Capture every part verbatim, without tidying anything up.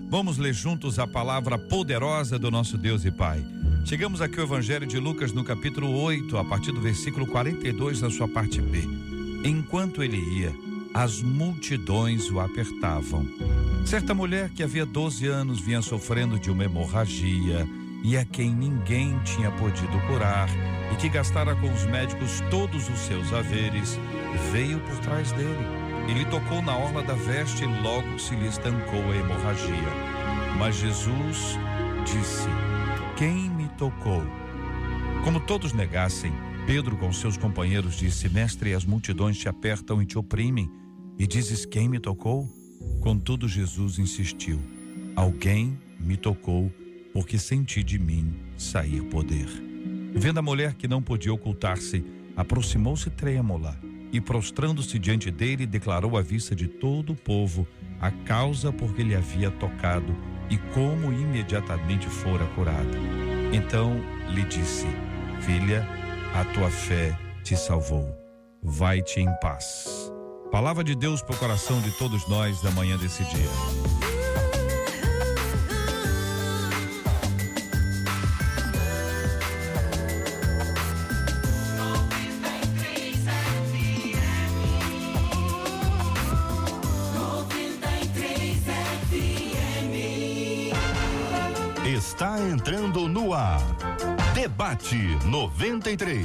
Vamos ler juntos a palavra poderosa do nosso Deus e Pai. Chegamos aqui ao Evangelho de Lucas no capítulo oito, a partir do versículo quarenta e dois, na sua parte B. Enquanto ele ia, as multidões o apertavam. Certa mulher que havia doze anos vinha sofrendo de uma hemorragia e a quem ninguém tinha podido curar e que gastara com os médicos todos os seus haveres, veio por trás dele. Ele tocou na orla da veste e logo se lhe estancou a hemorragia. Mas Jesus disse: quem me tocou? Como todos negassem, Pedro com seus companheiros disse: mestre, as multidões te apertam e te oprimem, e dizes quem me tocou? Contudo Jesus insistiu: alguém me tocou, porque senti de mim sair poder. Vendo a mulher que não podia ocultar-se, aproximou-se trêmula e, prostrando-se diante dele, declarou à vista de todo o povo a causa por que lhe havia tocado e como imediatamente fora curada. Então lhe disse: filha, a tua fé te salvou. Vai-te em paz. Palavra de Deus para o coração de todos nós da manhã desse dia. Está entrando no ar. Debate noventa e três.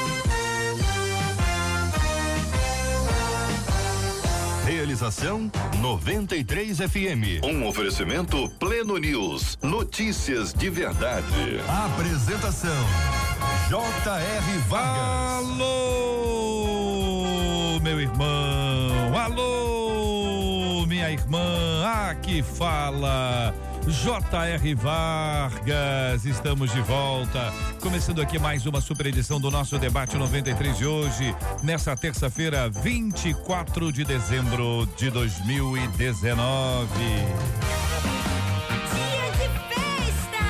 Realização noventa e três F M. Um oferecimento Pleno News. Notícias de verdade. Apresentação J R Vargas. Alô, meu irmão. Alô, minha irmã. Aqui fala J R Vargas. Estamos de volta, começando aqui mais uma super edição do nosso Debate noventa e três de hoje, nessa terça-feira, vinte e quatro de dezembro de dois mil e dezenove. Dia de festa!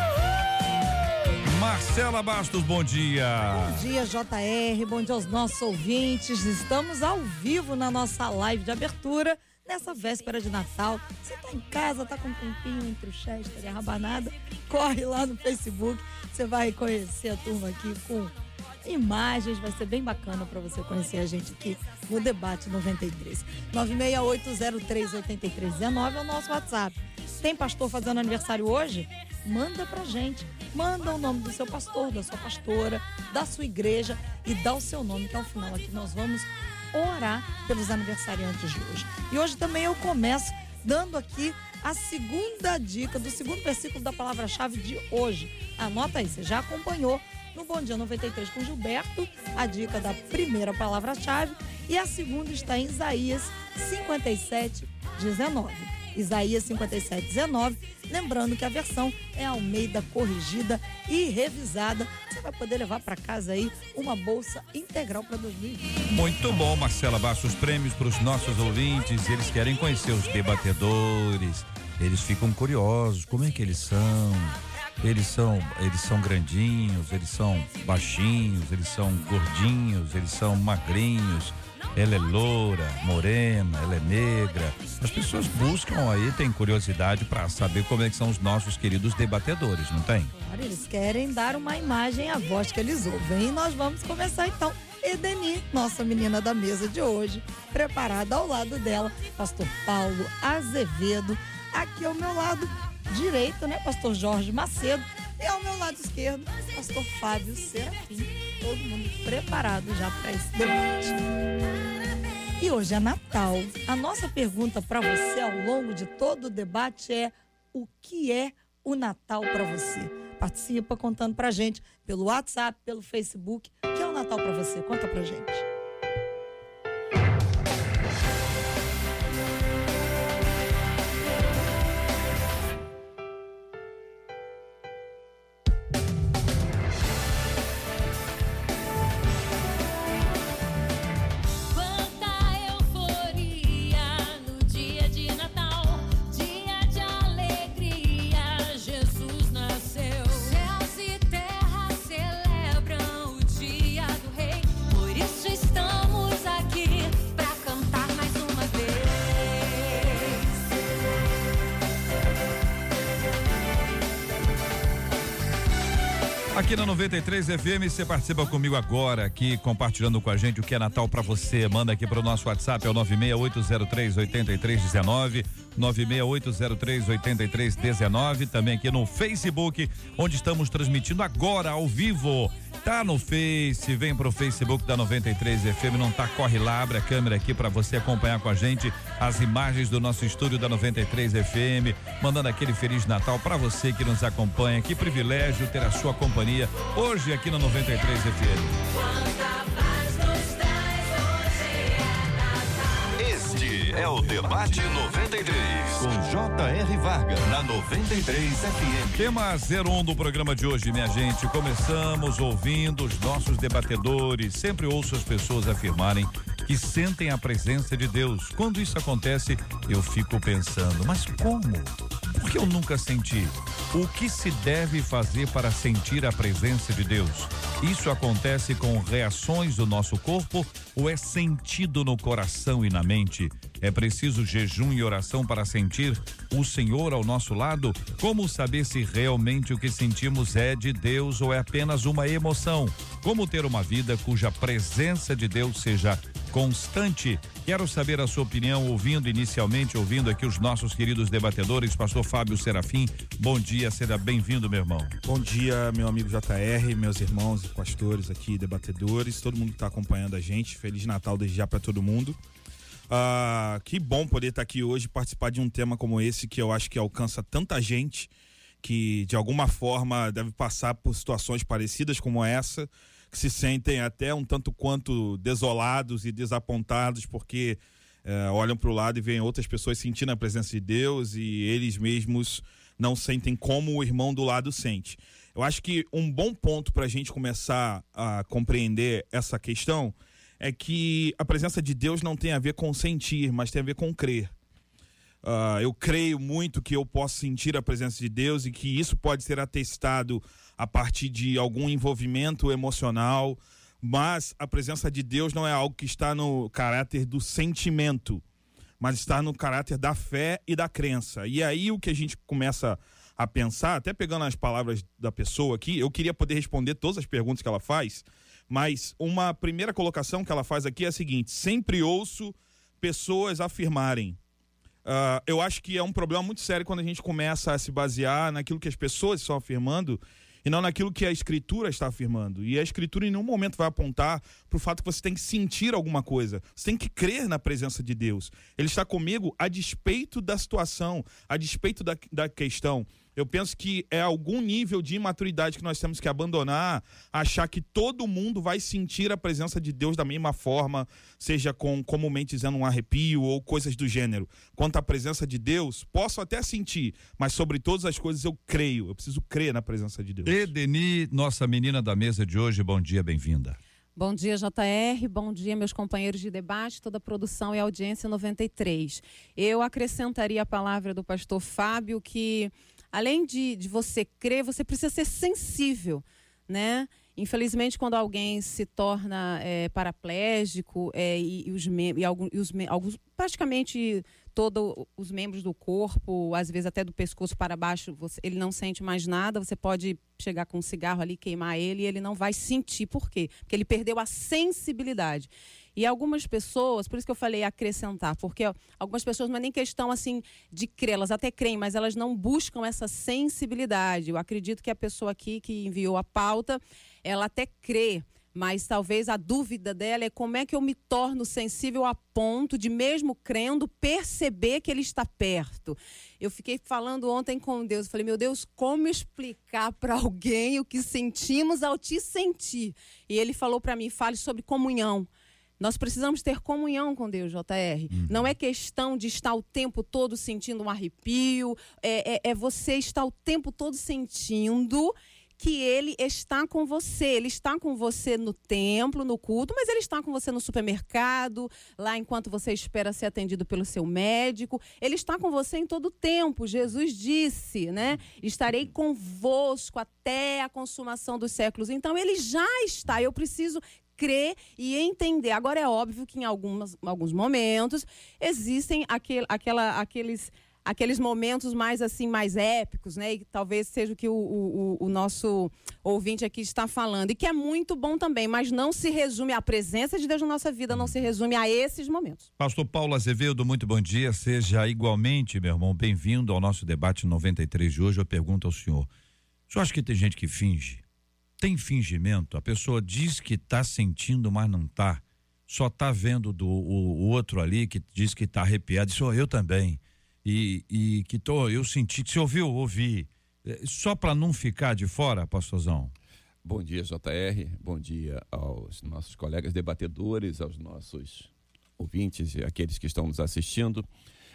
Uhul! Marcela Bastos, bom dia. Bom dia, J R, bom dia aos nossos ouvintes. Estamos ao vivo na nossa live de abertura nessa véspera de Natal. Você tá em casa, tá com um tempinho entre o Chester e a rabanada, corre lá no Facebook, você vai conhecer a turma aqui com imagens, vai ser bem bacana para você conhecer a gente aqui no Debate noventa e três. nove seis oito zero três oito três um nove é o nosso WhatsApp. Tem pastor fazendo aniversário hoje? Manda pra gente, manda o nome do seu pastor, da sua pastora, da sua igreja e dá o seu nome, que ao final aqui nós vamos orar pelos aniversariantes de hoje. E hoje também eu começo dando aqui a segunda dica do segundo versículo da palavra-chave de hoje. Anota aí, você já acompanhou no Bom Dia noventa e três com Gilberto a dica da primeira palavra-chave, e a segunda está em Isaías cinquenta e sete, dezenove. Isaías cinquenta e sete, dezenove, lembrando que a versão é Almeida corrigida e revisada. Você vai poder levar para casa aí uma bolsa integral para dois mil e vinte. Muito bom, Marcela Bastos, prêmios para os nossos ouvintes. Eles querem conhecer os debatedores, eles ficam curiosos, como é que eles são? Eles são, eles são grandinhos, eles são baixinhos, eles são gordinhos, eles são magrinhos. Ela é loura, morena, ela é negra. As pessoas buscam aí, tem curiosidade para saber como é que são os nossos queridos debatedores, não tem? Claro, eles querem dar uma imagem à voz que eles ouvem. E nós vamos começar então. Edeni, nossa menina da mesa de hoje, preparada ao lado dela, pastor Paulo Azevedo. Aqui ao meu lado direito, né, pastor Jorge Macedo. E ao meu lado esquerdo, pastor Fábio Serafim. Todo mundo preparado já para esse debate. E hoje é Natal. A nossa pergunta para você ao longo de todo o debate é: o que é o Natal para você? Participa contando pra gente pelo WhatsApp, pelo Facebook. O que é o Natal para você? Conta pra gente. Céus e terra celebram o dia do Rei, por isso Aqui na noventa e três F M, você participa comigo agora, aqui compartilhando com a gente o que é Natal pra você. Manda aqui pro nosso WhatsApp, é o nove seis oito zero três oito três um nove, nove seis oito zero três oito três um nove, também aqui no Facebook, onde estamos transmitindo agora ao vivo. Tá no Face, vem pro Facebook da noventa e três F M, não tá? Corre lá, abre a câmera aqui para você acompanhar com a gente as imagens do nosso estúdio da noventa e três F M, mandando aquele Feliz Natal para você que nos acompanha. Que privilégio ter a sua companhia hoje aqui na noventa e três F M. Este é o Debate noventa e três, com J R Vargas, na noventa e três F M. Tema zero um do programa de hoje, minha gente. Começamos ouvindo os nossos debatedores. Sempre ouço as pessoas afirmarem que sentem a presença de Deus. Quando isso acontece, eu fico pensando, mas como? Por que eu nunca senti? O que se deve fazer para sentir a presença de Deus? Isso acontece com reações do nosso corpo ou é sentido no coração e na mente? É preciso jejum e oração para sentir o Senhor ao nosso lado? Como saber se realmente o que sentimos é de Deus ou é apenas uma emoção? Como ter uma vida cuja presença de Deus seja constante? Quero saber a sua opinião, ouvindo inicialmente, ouvindo aqui os nossos queridos debatedores. Pastor Fábio Serafim, bom dia, seja bem-vindo, meu irmão. Bom dia, meu amigo J R, meus irmãos e pastores aqui, debatedores, todo mundo que está acompanhando a gente. Feliz Natal desde já para todo mundo. Ah, que bom poder estar aqui hoje, participar de um tema como esse, que eu acho que alcança tanta gente, que de alguma forma deve passar por situações parecidas como essa, que se sentem até um tanto quanto desolados e desapontados, porque eh, olham para o lado e veem outras pessoas sentindo a presença de Deus e eles mesmos não sentem como o irmão do lado sente. Eu acho que um bom ponto para a gente começar a compreender essa questão é que a presença de Deus não tem a ver com sentir, mas tem a ver com crer. Uh, eu creio muito que eu posso sentir a presença de Deus e que isso pode ser atestado a partir de algum envolvimento emocional, mas a presença de Deus não é algo que está no caráter do sentimento, mas está no caráter da fé e da crença. E aí o que a gente começa a pensar, até pegando as palavras da pessoa aqui, eu queria poder responder todas as perguntas que ela faz, mas uma primeira colocação que ela faz aqui é a seguinte: sempre ouço pessoas afirmarem. Uh, eu acho que é um problema muito sério quando a gente começa a se basear naquilo que as pessoas estão afirmando e não naquilo que a Escritura está afirmando. E a Escritura em nenhum momento vai apontar para o fato que você tem que sentir alguma coisa. Você tem que crer na presença de Deus. Ele está comigo a despeito da situação, a despeito da, da questão. Eu penso que é algum nível de imaturidade que nós temos que abandonar, achar que todo mundo vai sentir a presença de Deus da mesma forma, seja com, comumente dizendo, um arrepio ou coisas do gênero. Quanto à presença de Deus, posso até sentir, mas sobre todas as coisas eu creio, eu preciso crer na presença de Deus. Edeni, nossa menina da mesa de hoje, bom dia, bem-vinda. Bom dia, J R, bom dia, meus companheiros de debate, toda a produção e audiência noventa e três. Eu acrescentaria a palavra do pastor Fábio que, além de, de você crer, você precisa ser sensível, né? Infelizmente, quando alguém se torna é, paraplégico é, e, e, os, e, alguns, e os alguns, praticamente todos os membros do corpo, às vezes até do pescoço para baixo, você, ele não sente mais nada, você pode chegar com um cigarro ali, queimar ele e ele não vai sentir. Por quê? Porque ele perdeu a sensibilidade. E algumas pessoas, por isso que eu falei acrescentar, porque algumas pessoas não é nem questão assim de crer, elas até creem, mas elas não buscam essa sensibilidade. Eu acredito que a pessoa aqui que enviou a pauta, ela até crê, mas talvez a dúvida dela é como é que eu me torno sensível a ponto de, mesmo crendo, perceber que ele está perto. Eu fiquei falando ontem com Deus, eu falei, meu Deus, como explicar para alguém o que sentimos ao te sentir? E ele falou para mim, fale sobre comunhão. Nós precisamos ter comunhão com Deus, J R. Uhum. Não é questão de estar o tempo todo sentindo um arrepio, é, é, é você estar o tempo todo sentindo que ele está com você. Ele está com você no templo, no culto, mas ele está com você no supermercado, lá enquanto você espera ser atendido pelo seu médico. Ele está com você em todo o tempo. Jesus disse, né? Estarei convosco até a consumação dos séculos. Então, ele já está. Eu preciso crer e entender. Agora, é óbvio que em algumas, alguns momentos existem aquele, aquela, aqueles... aqueles momentos mais assim, mais épicos, né? E talvez seja o que o, o, o nosso ouvinte aqui está falando. E que é muito bom também, mas não se resume, a presença de Deus na nossa vida não se resume a esses momentos. Pastor Paulo Azevedo, muito bom dia. Seja igualmente, meu irmão, bem-vindo ao nosso debate noventa e três de hoje. Eu pergunto ao senhor, o senhor acha que tem gente que finge? Tem fingimento? A pessoa diz que está sentindo, mas não está. Só está vendo do, o, o outro ali que diz que está arrepiado. Sou eu também. E, e que tô, eu senti, você ouviu? Ouvi. Só para não ficar de fora, pastorzão. Bom dia, J R. Bom dia aos nossos colegas debatedores, aos nossos ouvintes e aqueles que estão nos assistindo.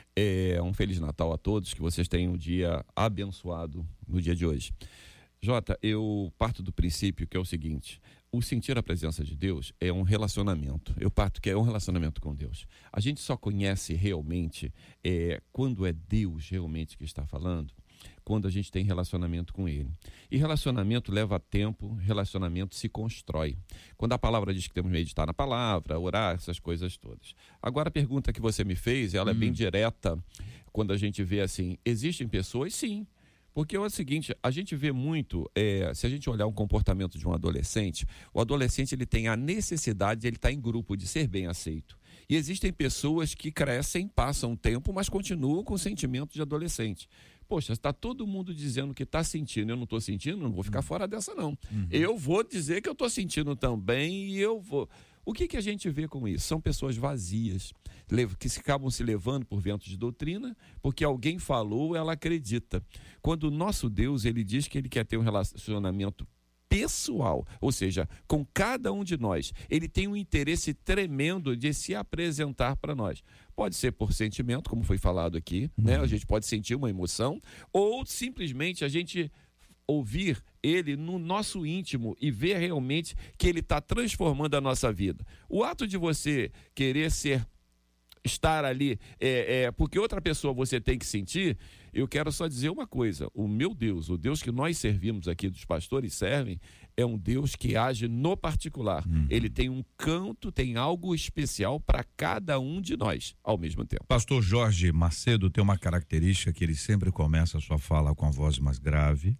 É um Feliz Natal a todos, que vocês tenham um dia abençoado no dia de hoje. Jota, eu parto do princípio que é o seguinte: o sentir a presença de Deus é um relacionamento. Eu parto que é um relacionamento com Deus. A gente só conhece realmente é, quando é Deus realmente que está falando, quando a gente tem relacionamento com Ele. E relacionamento leva tempo, relacionamento se constrói. Quando a palavra diz que temos que meditar na palavra, orar, essas coisas todas. Agora a pergunta que você me fez, ela hum. é bem direta, quando a gente vê assim, existem pessoas, sim. Porque é o seguinte, a gente vê muito, é, se a gente olhar o comportamento de um adolescente, o adolescente ele tem a necessidade de ele estar em grupo, de ser bem aceito. E existem pessoas que crescem, passam tempo, mas continuam com o sentimento de adolescente. Poxa, está todo mundo dizendo que está sentindo, eu não estou sentindo, não vou ficar fora dessa não. Uhum. Eu vou dizer que eu estou sentindo também e eu vou... O que, que a gente vê com isso? São pessoas vazias, que se acabam se levando por vento de doutrina, porque alguém falou, ela acredita. Quando o nosso Deus, ele diz que ele quer ter um relacionamento pessoal, ou seja, com cada um de nós, ele tem um interesse tremendo de se apresentar para nós. Pode ser por sentimento, como foi falado aqui, uhum. né? A gente pode sentir uma emoção, ou simplesmente a gente ouvir ele no nosso íntimo e ver realmente que ele está transformando a nossa vida. O ato de você querer ser, estar ali, é, é, porque outra pessoa você tem que sentir, eu quero só dizer uma coisa, o meu Deus, o Deus que nós servimos aqui, dos pastores servem, é um Deus que age no particular. Uhum. Ele tem um canto, tem algo especial para cada um de nós, ao mesmo tempo. Pastor Jorge Macedo tem uma característica que ele sempre começa a sua fala com a voz mais grave,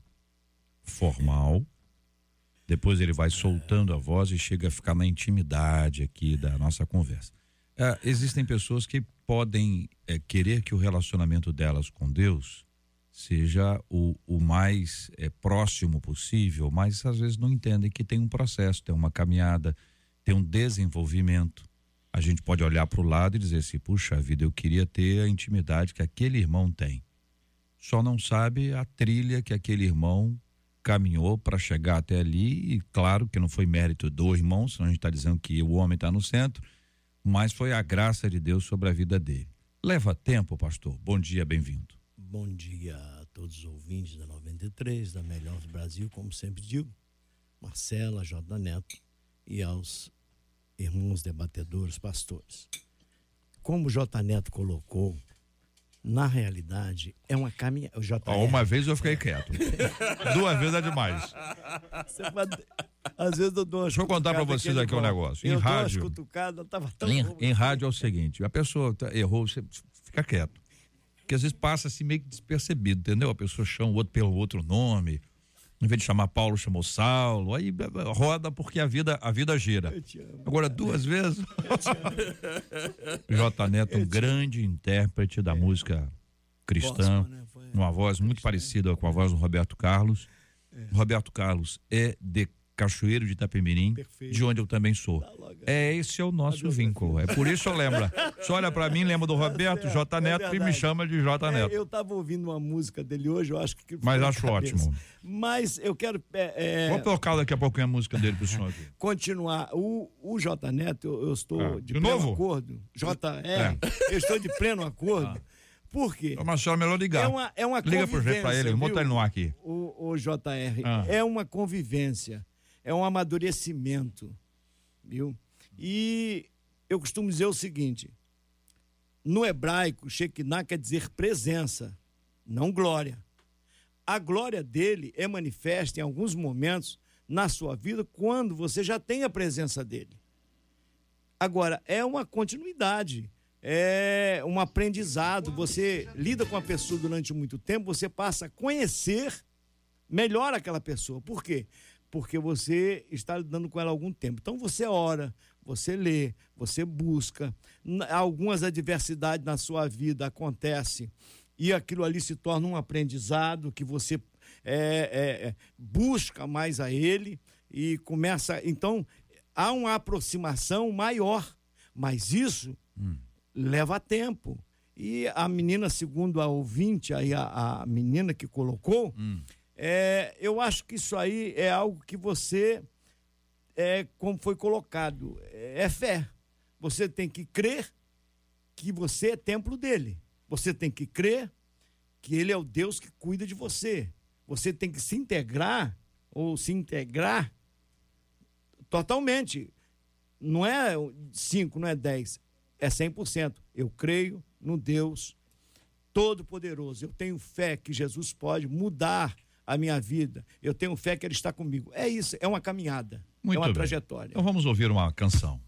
formal, depois ele vai soltando a voz e chega a ficar na intimidade aqui da nossa conversa. É, existem pessoas que podem é, querer que o relacionamento delas com Deus seja o, o mais é, próximo possível, mas às vezes não entendem que tem um processo, tem uma caminhada, tem um desenvolvimento. A gente pode olhar para o lado e dizer assim, puxa vida, eu queria ter a intimidade que aquele irmão tem. Só não sabe a trilha que aquele irmão caminhou para chegar até ali, e claro que não foi mérito do irmão, senão a gente está dizendo que o homem está no centro, mas foi a graça de Deus sobre a vida dele. Leva tempo, pastor. Bom dia, bem-vindo. Bom dia a todos os ouvintes da noventa e três, da Melhor do Brasil, como sempre digo, Marcela, J. Neto, e aos irmãos debatedores, pastores. Como o J. Neto colocou, na realidade, é uma caminhada. Oh, uma vez eu fiquei quieto. Duas vezes é demais. Você pode... Às vezes eu dou uma Deixa eu contar para vocês aqui um negócio. Em eu rádio, dou uma tava tão em, em rádio é o seguinte, a pessoa errou, você fica quieto. Porque às vezes passa assim meio que despercebido, entendeu? A pessoa chama o outro pelo outro nome. Em vez de chamar Paulo, chamou Saulo. Aí roda porque a vida, a vida gira. Agora, duas vezes. J. Neto, um grande intérprete da é. música cristã. Gospel, né? Foi... Uma voz muito parecida com a voz do Roberto Carlos. É. Roberto Carlos é de Cachoeiro de Itapemirim, perfeito. De onde eu também sou. É, esse é o nosso vínculo. É por isso eu lembro. Você olha pra mim, lembra do Roberto, é, J. Neto é e me chama de J. Neto. É, eu tava ouvindo uma música dele hoje, eu acho que... Mas acho ótimo. Mas eu quero... É, é... Vou colocar daqui a pouquinho a música dele pro senhor aqui. Continuar. O, o J. Neto, eu, eu estou ah, de, de pleno novo? acordo. J R, é. eu estou de pleno acordo. Ah. Por quê? Mas só é melhor ligar. É uma, é uma Liga pro jeito pra ele, bota ele no ar aqui. O, o J R, ah. é uma convivência. É um amadurecimento, viu? E eu costumo dizer o seguinte, no hebraico, Shekinah quer dizer presença, não glória. A glória dele é manifesta em alguns momentos na sua vida quando você já tem a presença dele. Agora, é uma continuidade. é um aprendizado. Você lida com a pessoa durante muito tempo, você passa a conhecer melhor aquela pessoa. Por quê? Porque você está lidando com ela há algum tempo. Então você ora, você lê, você busca. Algumas adversidades na sua vida acontecem e aquilo ali se torna um aprendizado que você é, é, busca mais a ele e começa... Então, há uma aproximação maior, mas isso hum. leva tempo. E a menina, segundo a ouvinte, aí a, a menina que colocou, hum. é, eu acho que isso aí é algo que você, é, como foi colocado, é fé. Você tem que crer que você é templo dele. Você tem que crer que ele é o Deus que cuida de você. Você tem que se integrar, ou se integrar totalmente. Não é cinco, não é dez, é cem por cento. Eu creio no Deus Todo-Poderoso. Eu tenho fé que Jesus pode mudar a minha vida. Eu tenho fé que Ele está comigo. É isso, é uma caminhada, Muito é uma bem. trajetória. Então vamos ouvir uma canção.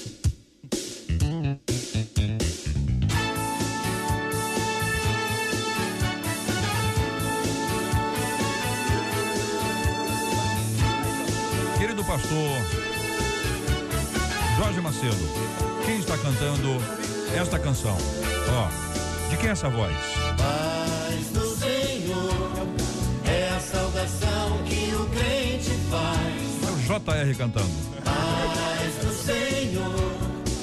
Querido pastor Jorge Macedo, quem está cantando esta canção? Ó, de quem é essa voz? Paz do Senhor é a saudação que o crente faz. É o J R cantando. Paz do Senhor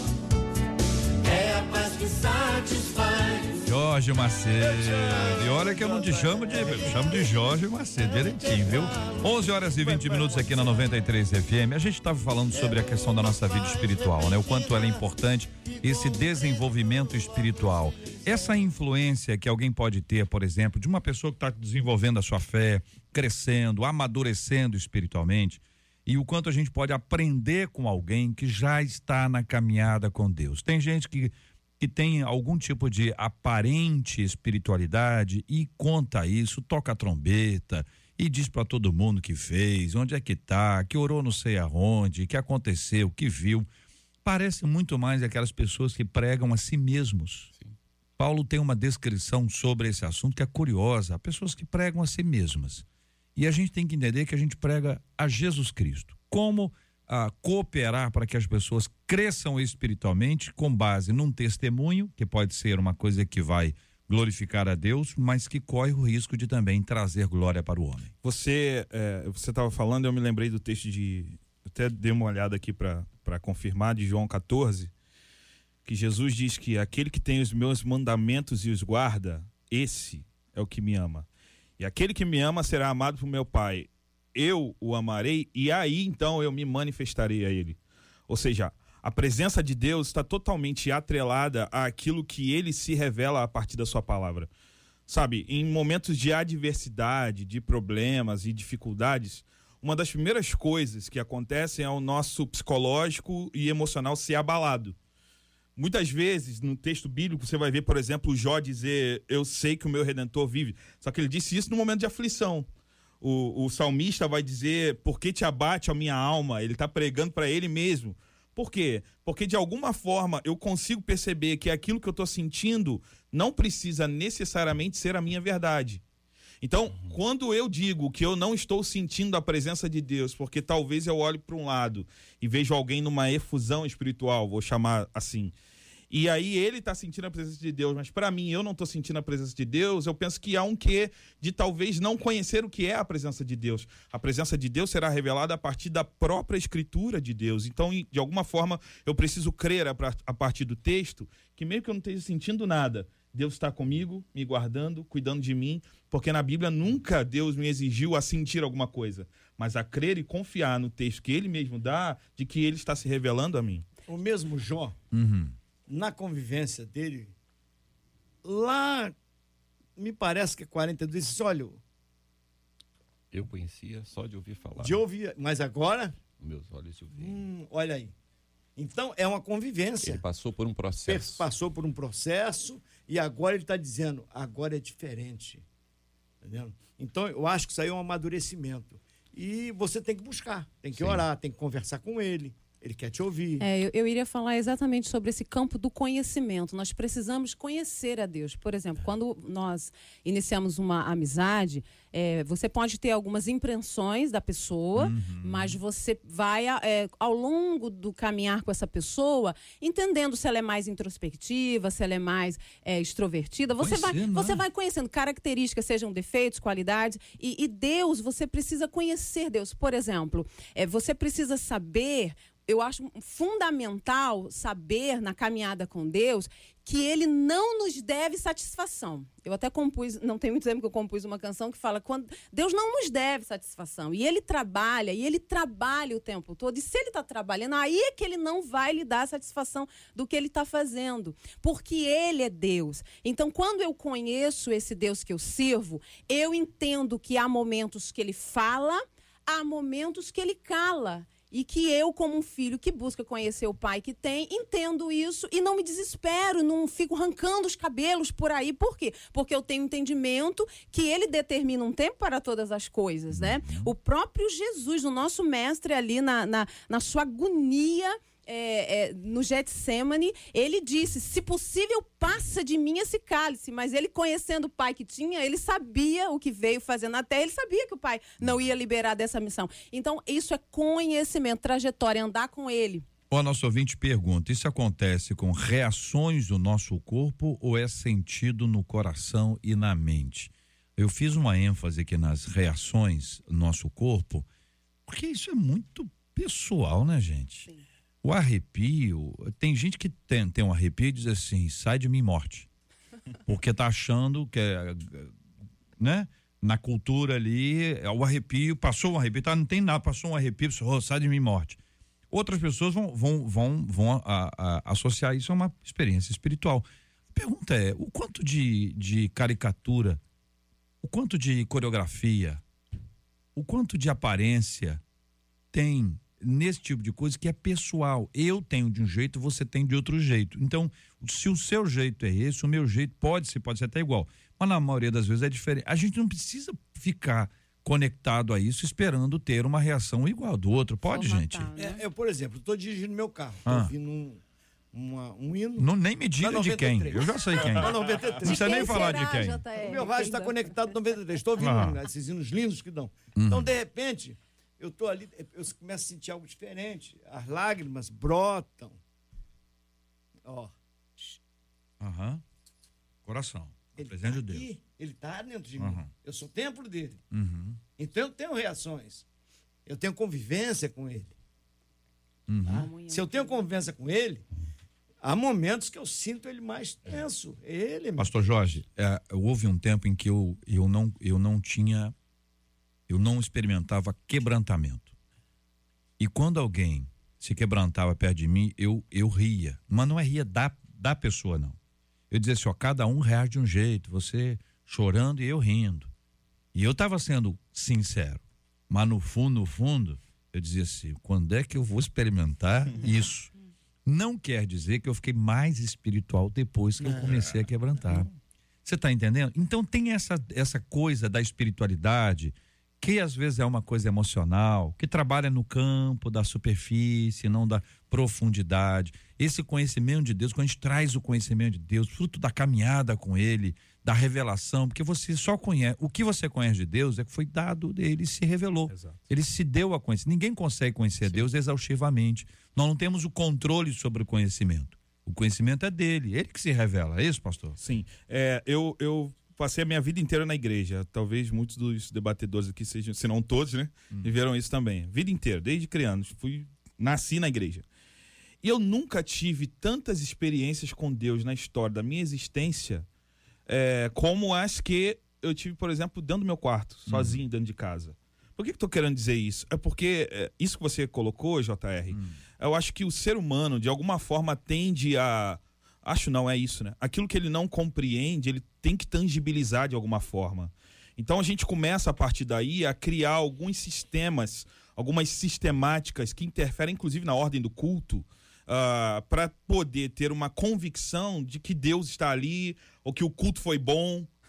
é a paz que satisfaz. Jorge Macedo. E olha que eu não te chamo de, eu chamo de Jorge Macedo, direitinho, viu? onze horas e vinte minutos aqui na noventa e três F M. A gente estava falando sobre a questão da nossa vida espiritual, né? O quanto ela é importante, esse desenvolvimento espiritual. Essa influência que alguém pode ter, por exemplo, de uma pessoa que está desenvolvendo a sua fé, crescendo, amadurecendo espiritualmente, e o quanto a gente pode aprender com alguém que já está na caminhada com Deus. Tem gente que que tem algum tipo de aparente espiritualidade e conta isso, toca a trombeta e diz para todo mundo que fez, onde é que tá, que orou não sei aonde, que aconteceu, que viu. Parece muito mais aquelas pessoas que pregam a si mesmos. Sim. Paulo tem uma descrição sobre esse assunto que é curiosa, pessoas que pregam a si mesmas. E a gente tem que entender que a gente prega a Jesus Cristo. Como a cooperar para que as pessoas cresçam espiritualmente com base num testemunho, que pode ser uma coisa que vai glorificar a Deus, mas que corre o risco de também trazer glória para o homem. Você é, você estava falando, eu me lembrei do texto de, até dei uma olhada aqui para confirmar, de João quatorze, que Jesus diz que aquele que tem os meus mandamentos e os guarda, esse é o que me ama. E aquele que me ama será amado por meu Pai. Eu o amarei e aí então eu me manifestarei a ele. Ou seja, a presença de Deus está totalmente atrelada àquilo que ele se revela a partir da sua palavra. Sabe, em momentos de adversidade, de problemas e dificuldades, uma das primeiras coisas que acontecem é o nosso psicológico e emocional ser abalado. Muitas vezes, no texto bíblico, você vai ver, por exemplo, Jó dizer, eu sei que o meu Redentor vive. Só que ele disse isso no momento de aflição. O, o salmista vai dizer, por que te abate a minha alma? Ele está pregando para ele mesmo. Por quê? Porque de alguma forma eu consigo perceber que aquilo que eu estou sentindo não precisa necessariamente ser a minha verdade. Então, uhum. quando eu digo que eu não estou sentindo a presença de Deus, porque talvez eu olhe para um lado e vejo alguém numa efusão espiritual, vou chamar assim, e aí ele está sentindo a presença de Deus, mas para mim eu não estou sentindo a presença de Deus, eu penso que há um quê de talvez não conhecer o que é a presença de Deus. A presença de Deus será revelada a partir da própria escritura de Deus. Então, de alguma forma, eu preciso crer a partir do texto que mesmo que eu não esteja sentindo nada, Deus está comigo, me guardando, cuidando de mim, porque na Bíblia nunca Deus me exigiu a sentir alguma coisa, mas a crer e confiar no texto que ele mesmo dá, de que ele está se revelando a mim. O mesmo Jó, uhum. na convivência dele, lá, me parece que é quarenta e dois, disse, olha... Eu conhecia só de ouvir falar. De ouvir, mas agora... Meus olhos de ouvir. Hum, olha aí. Então, é uma convivência. Ele passou por um processo. Passou por um processo e agora ele está dizendo, agora é diferente. Entendeu? Então, eu acho que isso aí é um amadurecimento. E você tem que buscar, tem que Sim. orar, tem que conversar com ele, Ele quer te ouvir. É, eu, eu iria falar exatamente sobre esse campo do conhecimento. Nós precisamos conhecer a Deus. Por exemplo, quando nós iniciamos uma amizade, é, você pode ter algumas impressões da pessoa, uhum. mas você vai, é, ao longo do caminhar com essa pessoa, entendendo se ela é mais introspectiva, se ela é mais é, extrovertida. Você vai, você vai conhecendo características, sejam defeitos, qualidades. E, e Deus, você precisa conhecer Deus. Por exemplo, é, você precisa saber... Eu acho fundamental saber, na caminhada com Deus, que Ele não nos deve satisfação. Eu até compus, não tem muito tempo que eu compus uma canção que fala quando Deus não nos deve satisfação. E Ele trabalha, e Ele trabalha o tempo todo. E se Ele está trabalhando, aí é que Ele não vai lhe dar satisfação do que Ele está fazendo. Porque Ele é Deus. Então, quando eu conheço esse Deus que eu sirvo, eu entendo que há momentos que Ele fala, há momentos que Ele cala. E que eu, como um filho que busca conhecer o pai que tem, entendo isso e não me desespero, não fico arrancando os cabelos por aí. Por quê? Porque eu tenho entendimento que ele determina um tempo para todas as coisas, né? O próprio Jesus, o nosso mestre ali na, na, na sua agonia... É, é, no Getsemane, ele disse, se possível, passa de mim esse cálice, mas ele, conhecendo o pai que tinha, ele sabia o que veio fazer na terra, ele sabia que o pai não ia liberar dessa missão. Então, isso é conhecimento, trajetória, andar com ele. O nosso ouvinte pergunta, isso acontece com reações do nosso corpo ou é sentido no coração e na mente? Eu fiz uma ênfase aqui nas reações do nosso corpo, porque isso é muito pessoal, né, gente? Sim. O arrepio, tem gente que tem, tem um arrepio e diz assim, sai de mim morte, porque tá achando que é, né, na cultura ali, o arrepio, passou um arrepio, tá, não tem nada, passou um arrepio, oh, sai de mim morte. Outras pessoas vão, vão, vão, vão a, a, associar isso a uma experiência espiritual. A pergunta é, o quanto de, de caricatura, o quanto de coreografia, o quanto de aparência tem nesse tipo de coisa que é pessoal. Eu tenho de um jeito, você tem de outro jeito. Então, se o seu jeito é esse, o meu jeito pode ser, pode ser até igual. Mas na maioria das vezes é diferente. A gente não precisa ficar conectado a isso esperando ter uma reação igual do outro. Pode, Só gente? Matar, né? é, eu, por exemplo, estou dirigindo meu carro. Estou Ah. ouvindo um, uma, um hino. Não, nem me diga de quem. noventa e três. Eu já sei quem. Na noventa e três. Não precisa nem falar de quem. J R? O meu rádio está conectado no noventa e três. Estou ouvindo Ah. esses hinos lindos que dão. Uhum. Então, de repente, eu estou ali, eu começo a sentir algo diferente. As lágrimas brotam. Ó. Aham. Coração. Ele Presente tá de Deus. aqui, ele está dentro de Uhum. mim. Eu sou templo dele. Uhum. Então, eu tenho reações. Eu tenho convivência com ele. Uhum. Tá? Se eu tenho convivência com ele, há momentos que eu sinto ele mais tenso. Ele, meu. Pastor Jorge, é, houve um tempo em que eu, eu, não, eu não tinha, eu não experimentava quebrantamento. E quando alguém se quebrantava perto de mim, eu, eu ria. Mas não é ria da, da pessoa, não. Eu dizia assim, ó, cada um reage de um jeito, você chorando e eu rindo. E eu estava sendo sincero. Mas no fundo, no fundo, eu dizia assim, quando é que eu vou experimentar isso? Não quer dizer que eu fiquei mais espiritual depois que eu comecei a quebrantar. Você está entendendo? Então tem essa, essa coisa da espiritualidade, que às vezes é uma coisa emocional, que trabalha no campo da superfície, não da profundidade. Esse conhecimento de Deus, quando a gente traz o conhecimento de Deus, fruto da caminhada com Ele, da revelação, porque você só conhece, o que você conhece de Deus é que foi dado dele, se revelou. Exato. Ele se deu a conhecer. Ninguém consegue conhecer Sim. Deus exaustivamente. Nós não temos o controle sobre o conhecimento. O conhecimento é dele, ele que se revela. É isso, pastor? Sim. É, eu, eu passei a minha vida inteira na igreja. Talvez muitos dos debatedores aqui sejam, se não todos, né? Hum. Viveram isso também. Vida inteira, desde criança. Fui, nasci na igreja. E eu nunca tive tantas experiências com Deus na história da minha existência é, como as que eu tive, por exemplo, dentro do meu quarto, sozinho, hum. dentro de casa. Por que eu tô querendo dizer isso? É porque é, isso que você colocou, J R, hum. eu acho que o ser humano, de alguma forma, tende a... Acho não, é isso, né? Aquilo que ele não compreende, ele tem que tangibilizar de alguma forma. Então a gente começa, a partir daí, a criar alguns sistemas, algumas sistemáticas que interferem, inclusive, na ordem do culto, Uh, para poder ter uma convicção de que Deus está ali, ou que o culto foi bom,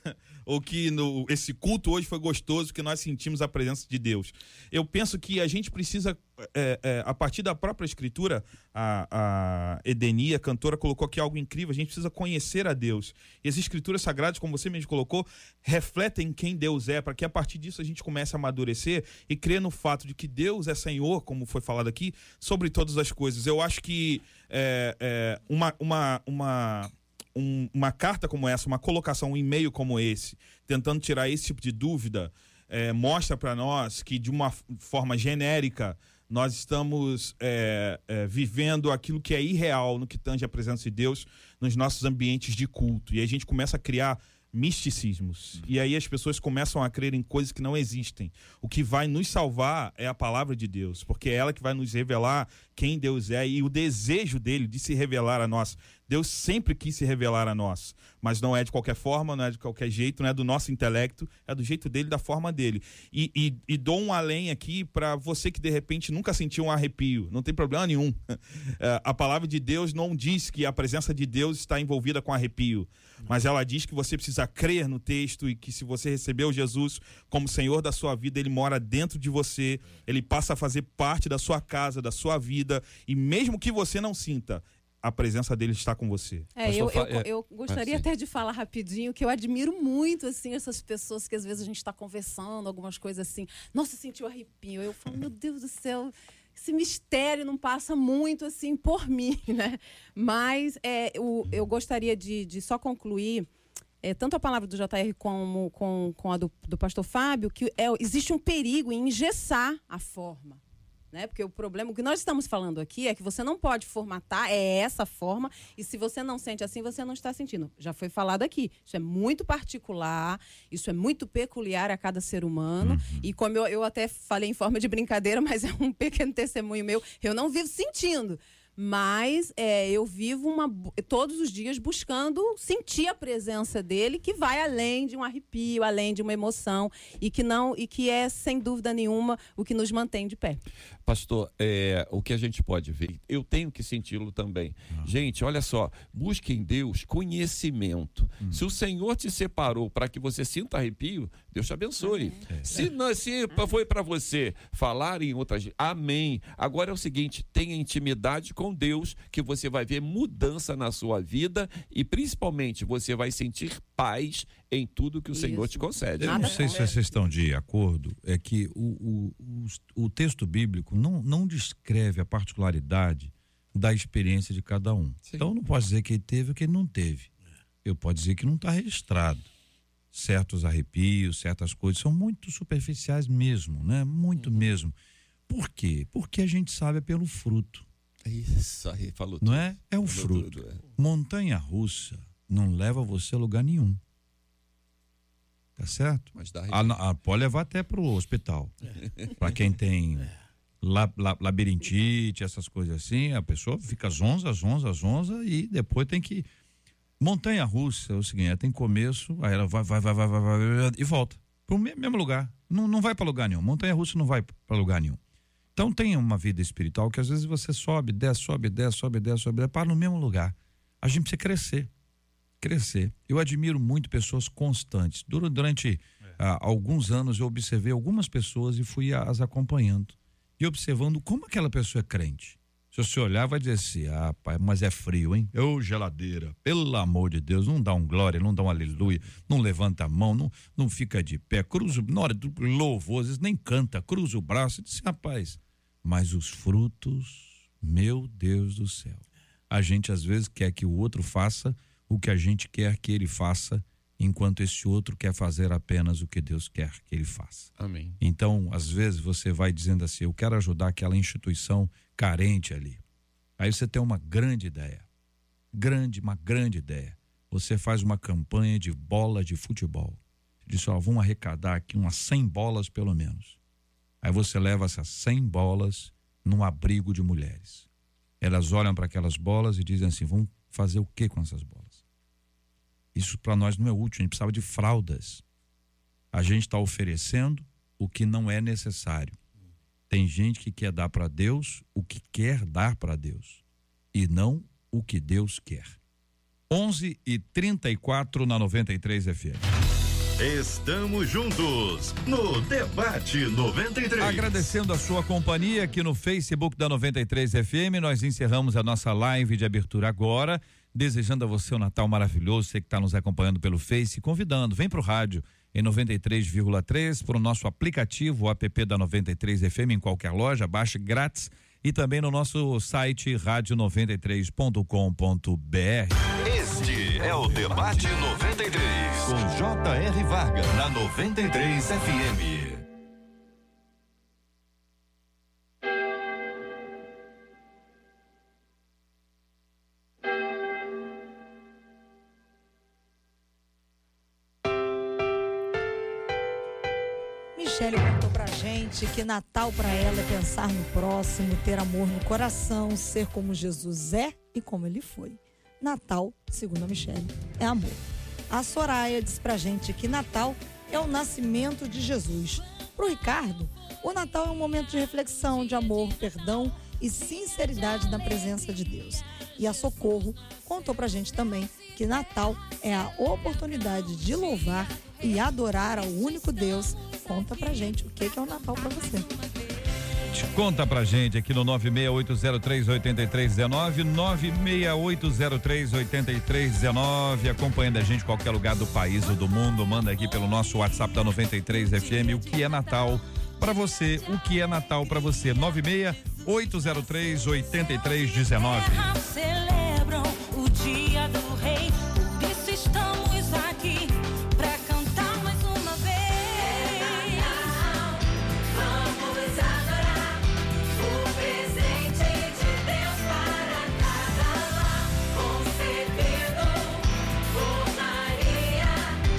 ou que no, esse culto hoje foi gostoso, que nós sentimos a presença de Deus. Eu penso que a gente precisa, é, é, a partir da própria escritura, a, a Edenia, a cantora, colocou aqui algo incrível, a gente precisa conhecer a Deus. E as escrituras sagradas, como você mesmo colocou, refletem quem Deus é, para que a partir disso a gente comece a amadurecer e crer no fato de que Deus é Senhor, como foi falado aqui, sobre todas as coisas. Eu acho que é, é, uma... uma, uma Um, uma carta como essa, uma colocação, um e-mail como esse, tentando tirar esse tipo de dúvida, é, mostra para nós que, de uma forma genérica, nós estamos é, é, vivendo aquilo que é irreal no que tange a presença de Deus nos nossos ambientes de culto. E a gente começa a criar misticismos. E aí as pessoas começam a crer em coisas que não existem. O que vai nos salvar é a palavra de Deus, porque é ela que vai nos revelar quem Deus é e o desejo dele de se revelar a nós. Deus sempre quis se revelar a nós, mas não é de qualquer forma, não é de qualquer jeito, não é do nosso intelecto, é do jeito dele, da forma dele. E, e, e dou um além aqui para você que de repente nunca sentiu um arrepio, não tem problema nenhum. A palavra de Deus não diz que a presença de Deus está envolvida com arrepio, mas ela diz que você precisa crer no texto e que se você recebeu Jesus como Senhor da sua vida, ele mora dentro de você, ele passa a fazer parte da sua casa, da sua vida, e mesmo que você não sinta, a presença dele está com você. É, eu, eu, eu gostaria ah, até de falar rapidinho que eu admiro muito, assim, essas pessoas que às vezes a gente está conversando, algumas coisas assim, nossa, sentiu arrepio. Eu falo, meu Deus do céu, esse mistério não passa muito, assim, por mim, né? Mas é, eu, eu gostaria de, de só concluir, é, tanto a palavra do J R como com, com a do, do pastor Fábio, que é, existe um perigo em engessar a forma. Né? Porque o problema, o que nós estamos falando aqui é que você não pode formatar, é essa forma, e se você não sente assim, você não está sentindo. Já foi falado aqui, isso é muito particular, isso é muito peculiar a cada ser humano, uhum. E como eu, eu até falei em forma de brincadeira, mas é um pequeno testemunho meu, eu não vivo sentindo. Mas é, eu vivo uma, todos os dias buscando sentir a presença dele, que vai além de um arrepio, além de uma emoção, e que, não, e que é, sem dúvida nenhuma, o que nos mantém de pé. Pastor, é, o que a gente pode ver, eu tenho que senti-lo também. Ah. Gente, olha só, busque em Deus conhecimento. Hum. Se o Senhor te separou para que você sinta arrepio, Deus te abençoe. É. Se, não, se é. foi para você falar em outras... Amém. Agora é o seguinte, tenha intimidade com Deus, que você vai ver mudança na sua vida e principalmente você vai sentir paz em tudo que o Isso. Senhor te concede. Eu não sei se vocês estão de acordo, é que o, o, o, o texto bíblico não, não descreve a particularidade da experiência de cada um. Sim. Então não posso dizer que ele teve ou que ele não teve. Eu posso dizer que não está registrado. Certos arrepios, certas coisas são muito superficiais mesmo, né? Muito uhum. mesmo. Por quê? Porque a gente sabe é pelo fruto. Isso aí, falou tudo. Não é? É o falou fruto. Tudo, é. Montanha-russa não leva você a lugar nenhum. Tá certo? Mas dá a, a, pode levar até pro hospital. É. Para quem tem la, la, labirintite, essas coisas assim, a pessoa fica zonza, zonza, zonza e depois tem que... Montanha-russa é o seguinte, tem começo, aí ela vai, vai, vai, vai, vai, vai e volta pro mesmo lugar. Não, não vai para lugar nenhum. Montanha-russa não vai para lugar nenhum. Então tem uma vida espiritual que às vezes você sobe, desce, sobe, desce, sobe, desce, sobe, desce, para no mesmo lugar. A gente precisa crescer. Crescer. Eu admiro muito pessoas constantes. Durante é. ah, alguns anos eu observei algumas pessoas e fui as acompanhando. E observando como aquela pessoa é crente. Se você olhar, vai dizer assim, ah, pai, mas é frio, hein? Ô, geladeira, pelo amor de Deus, não dá um glória, não dá um aleluia, não levanta a mão, não, não fica de pé, cruza, na hora do louvor, às vezes nem canta, cruza o braço e diz, rapaz, mas os frutos, meu Deus do céu. A gente às vezes quer que o outro faça o que a gente quer que ele faça, enquanto esse outro quer fazer apenas o que Deus quer que ele faça. Amém. Então, às vezes você vai dizendo assim, eu quero ajudar aquela instituição carente ali. Aí você tem uma grande ideia. Grande, uma grande ideia. Você faz uma campanha de bola de futebol. Diz, ó, vamos arrecadar aqui umas cem bolas pelo menos. Aí você leva essas cem bolas num abrigo de mulheres. Elas olham para aquelas bolas e dizem assim, vamos fazer o que com essas bolas? Isso para nós não é útil, a gente precisava de fraldas. A gente está oferecendo o que não é necessário. Tem gente que quer dar para Deus o que quer dar para Deus e não o que Deus quer. onze e trinta e quatro na noventa e três F M. Estamos juntos no Debate noventa e três. Agradecendo a sua companhia aqui no Facebook da noventa e três F M, nós encerramos a nossa live de abertura agora, desejando a você um Natal maravilhoso, você que está nos acompanhando pelo Face, convidando, vem pro rádio em noventa e três vírgula três, pro nosso aplicativo, o app da noventa e três F M em qualquer loja, baixe grátis, e também no nosso site rádio noventa e três ponto com ponto b r. Este é o Debate noventa e três, com J R Varga, na noventa e três F M. Michele contou pra gente que Natal pra ela é pensar no próximo, ter amor no coração, ser como Jesus é e como ele foi. Natal, segundo a Michele, é amor. A Soraya diz pra gente que Natal é o nascimento de Jesus. Pro Ricardo, o Natal é um momento de reflexão, de amor, perdão e sinceridade na presença de Deus. E a Socorro contou pra gente também que Natal é a oportunidade de louvar e adorar ao único Deus. Conta pra gente o que é o Natal pra você. Conta pra gente aqui no nove seis oito zero três oito três um nove, nove seis oito zero três oito três um nove, acompanhando a gente em qualquer lugar do país ou do mundo, manda aqui pelo nosso WhatsApp da noventa e três F M o que é Natal pra você, o que é Natal pra você, nove seis oito zero três oito três um nove. Celebram o dia do rei, por isso estamos aqui pra cantar mais uma vez. Vamos adorar o presente de Deus para cada lar, concebido por Maria.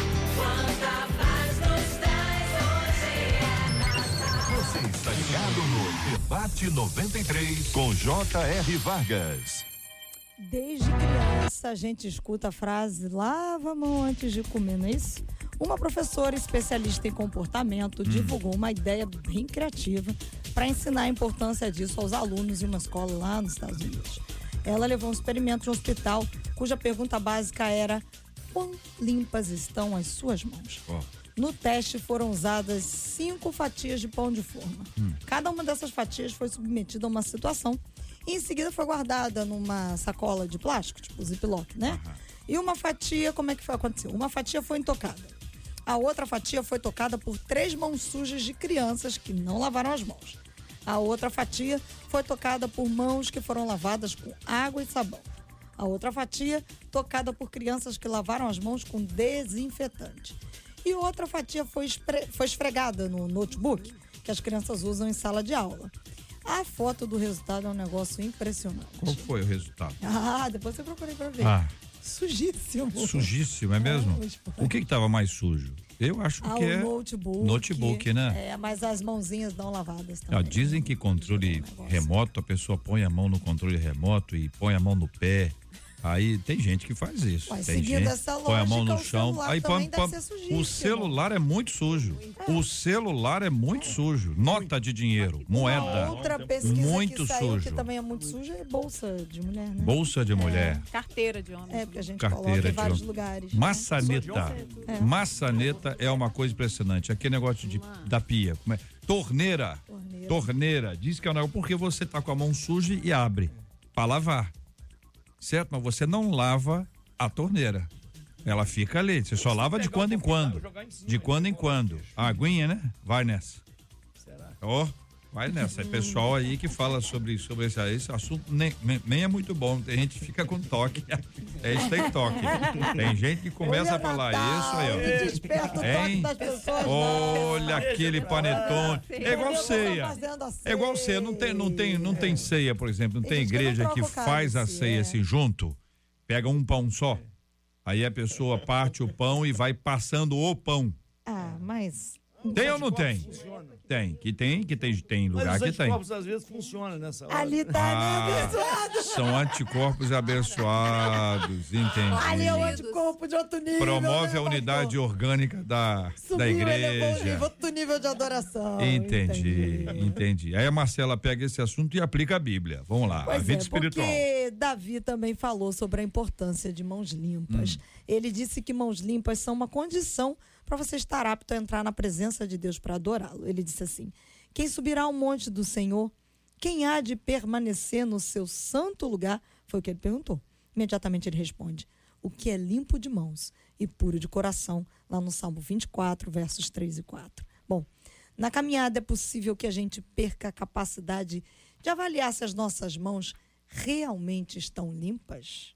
Quanta paz nos traz, hoje é Natal. Você está ligado no Debate noventa e três com J R Vargas. Desde criança a gente escuta a frase lava a mão antes de comer, não é isso? Uma professora especialista em comportamento divulgou uma ideia bem criativa para ensinar a importância disso aos alunos em uma escola lá nos Estados Unidos. Ela levou um experimento de um hospital cuja pergunta básica era: quão limpas estão as suas mãos? Oh. No teste foram usadas cinco fatias de pão de forma. Hum. Cada uma dessas fatias foi submetida a uma situação e em seguida foi guardada numa sacola de plástico, tipo ziploc, né? Uhum. E uma fatia, como é que foi aconteceu? Uma fatia foi intocada. A outra fatia foi tocada por três mãos sujas de crianças que não lavaram as mãos. A outra fatia foi tocada por mãos que foram lavadas com água e sabão. A outra fatia tocada por crianças que lavaram as mãos com desinfetante. E outra fatia foi, espre... foi esfregada no notebook que as crianças usam em sala de aula. A foto do resultado é um negócio impressionante. Qual foi o resultado? Ah, depois eu procurei pra ver. Ah. Sujíssimo. Sujíssimo, é mesmo? É, o que que tava mais sujo? Eu acho ah, que é notebook. Notebook, né? É, mas as mãozinhas não lavadas também. Ah, dizem que controle remoto, a pessoa põe a mão no controle remoto e põe a mão no pé. Aí tem gente que faz isso. Mas tem seguindo gente essa lógica, põe a mão no o chão. Aí põe, põe, o celular é muito sujo. É. O celular é muito sujo. Nota de dinheiro, moeda. Uma outra pesquisa muito que saiu, sujo. que também é muito suja, é bolsa de mulher, né? Bolsa de mulher. É. Carteira de homem. É, porque a gente Carteira coloca em vários de... lugares. Maçaneta. Né? É. Maçaneta é uma coisa impressionante. Aquele negócio de, da pia. Como é? Torneira. Torneira. Torneira. Diz que é um negócio porque você tá com a mão suja e abre para lavar. Certo? Mas você não lava a torneira. Ela fica ali. Você só lava de quando em quando. De quando em quando. A aguinha, né? Vai nessa. Ó, oh, vai nessa. É pessoal aí que fala sobre, sobre esse, esse assunto, nem, nem é muito bom. Tem gente que fica com toque. É isso, tem toque. Tem gente que começa a falar isso aí, ó. Desperta o toque das pessoas. Olha aquele panetone. É igual ceia. É igual ceia. Não tem, não tem, não tem ceia, por exemplo. Não tem igreja que faz a ceia assim junto. Pega um pão só. Aí a pessoa parte o pão e vai passando o pão. Ah, mas... Tem ou não tem? Funciona. Tem, que tem, que tem, tem lugar Mas que tem. os anticorpos às vezes funcionam nessa hora. Ali tá Ah, abençoado. são anticorpos abençoados, entendi. Ali é o anticorpo de outro nível. Promove né, a unidade pastor? orgânica da, Subiu, da elevou o igreja. nível, outro nível nível de adoração. Entendi, entendi, entendi. Aí a Marcela pega esse assunto e aplica a Bíblia. Vamos lá, pois a vida é, espiritual. Porque Davi também falou sobre a importância de mãos limpas. Hum. Ele disse que mãos limpas são uma condição para você estar apto a entrar na presença de Deus para adorá-lo. Ele disse assim: quem subirá ao monte do Senhor? Quem há de permanecer no seu santo lugar? Foi o que ele perguntou. Imediatamente ele responde: o que é limpo de mãos e puro de coração, lá no Salmo vinte e quatro, versos três e quatro. Bom, na caminhada é possível que a gente perca a capacidade de avaliar se as nossas mãos realmente estão limpas.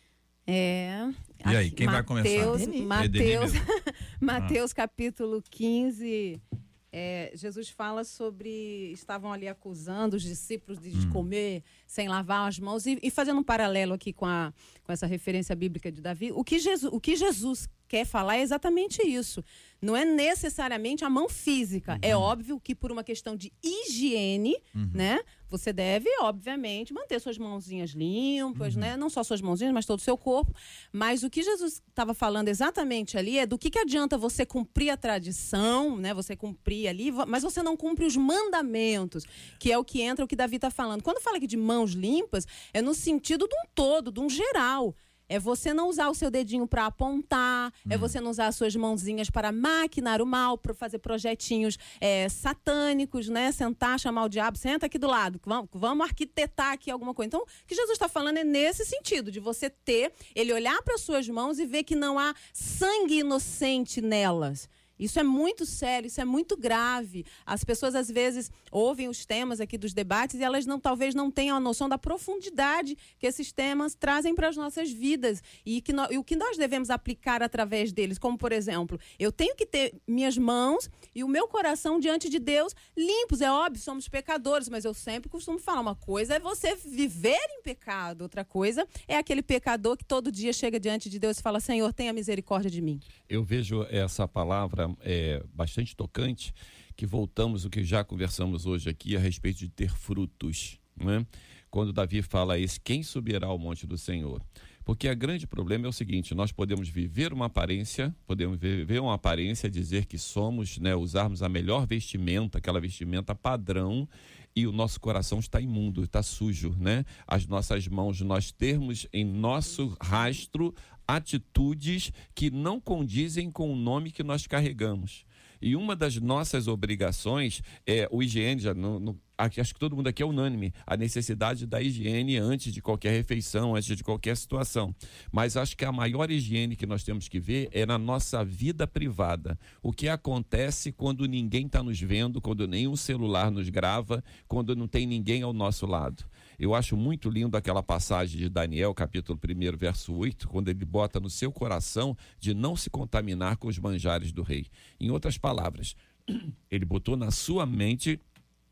É. E aí, quem Mateus, vai começar? Mateus, Mateus capítulo quinze. É, Jesus fala sobre, estavam ali acusando os discípulos de, de hum. comer sem lavar as mãos, e, e fazendo um paralelo aqui com, a, com essa referência bíblica de Davi, o que, Jesus, o que Jesus quer falar é exatamente isso. Não é necessariamente a mão física. Uhum. É óbvio que por uma questão de higiene, uhum. né, você deve, obviamente, manter suas mãozinhas limpas, uhum. né, não só suas mãozinhas, mas todo o seu corpo. Mas o que Jesus estava falando exatamente ali é do que, que adianta você cumprir a tradição, né, você cumprir ali, mas você não cumpre os mandamentos, que é o que entra, o que Davi está falando. Quando fala aqui de mãos limpas, é no sentido de um todo, de um geral. É você não usar o seu dedinho para apontar, hum. é você não usar as suas mãozinhas para maquinar o mal, para fazer projetinhos é, satânicos, né? Sentar, chamar o diabo, senta aqui do lado, vamos, vamos arquitetar aqui alguma coisa. Então, o que Jesus está falando é nesse sentido, de você ter, ele olhar para as suas mãos e ver que não há sangue inocente nelas. Isso é muito sério, isso é muito grave. As pessoas, às vezes, ouvem os temas aqui dos debates e elas não, talvez não tenham a noção da profundidade que esses temas trazem para as nossas vidas e, que no, e o que nós devemos aplicar através deles. Como, por exemplo, eu tenho que ter minhas mãos e o meu coração diante de Deus limpos. É óbvio, somos pecadores, mas eu sempre costumo falar, uma coisa é você viver em pecado, outra coisa é aquele pecador que todo dia chega diante de Deus e fala: Senhor, tenha misericórdia de mim. Eu vejo essa palavra é, bastante tocante, que voltamos o que já conversamos hoje aqui a respeito de ter frutos, né? Quando Davi fala isso, quem subirá ao monte do Senhor? Porque o grande problema é o seguinte: nós podemos viver uma aparência, podemos viver uma aparência, dizer que somos, né, usarmos a melhor vestimenta, aquela vestimenta padrão, e o nosso coração está imundo, está sujo, né? As nossas mãos, nós termos em nosso rastro atitudes que não condizem com o nome que nós carregamos. E uma das nossas obrigações é o higiene, já no, no, acho que todo mundo aqui é unânime, a necessidade da higiene antes de qualquer refeição, antes de qualquer situação. Mas acho que a maior higiene que nós temos que ver é na nossa vida privada. O que acontece quando ninguém está nos vendo, quando nenhum celular nos grava, quando não tem ninguém ao nosso lado. Eu acho muito lindo aquela passagem de Daniel, capítulo um, verso oito, quando ele bota no seu coração de não se contaminar com os manjares do rei. Em outras palavras, ele botou na sua mente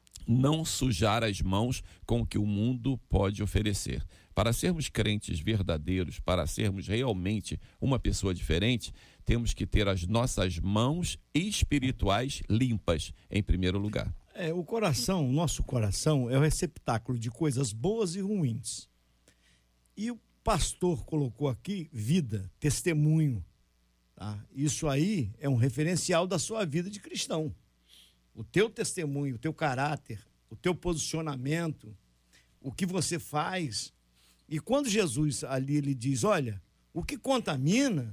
não sujar as mãos com o que o mundo pode oferecer. Para sermos crentes verdadeiros, para sermos realmente uma pessoa diferente, temos que ter as nossas mãos espirituais limpas, em primeiro lugar. É, o coração, o nosso coração é o receptáculo de coisas boas e ruins. E o pastor colocou aqui vida, testemunho. Tá? Isso aí é um referencial da sua vida de cristão. O teu testemunho, o teu caráter, o teu posicionamento, o que você faz. E quando Jesus ali ele diz, olha, o que contamina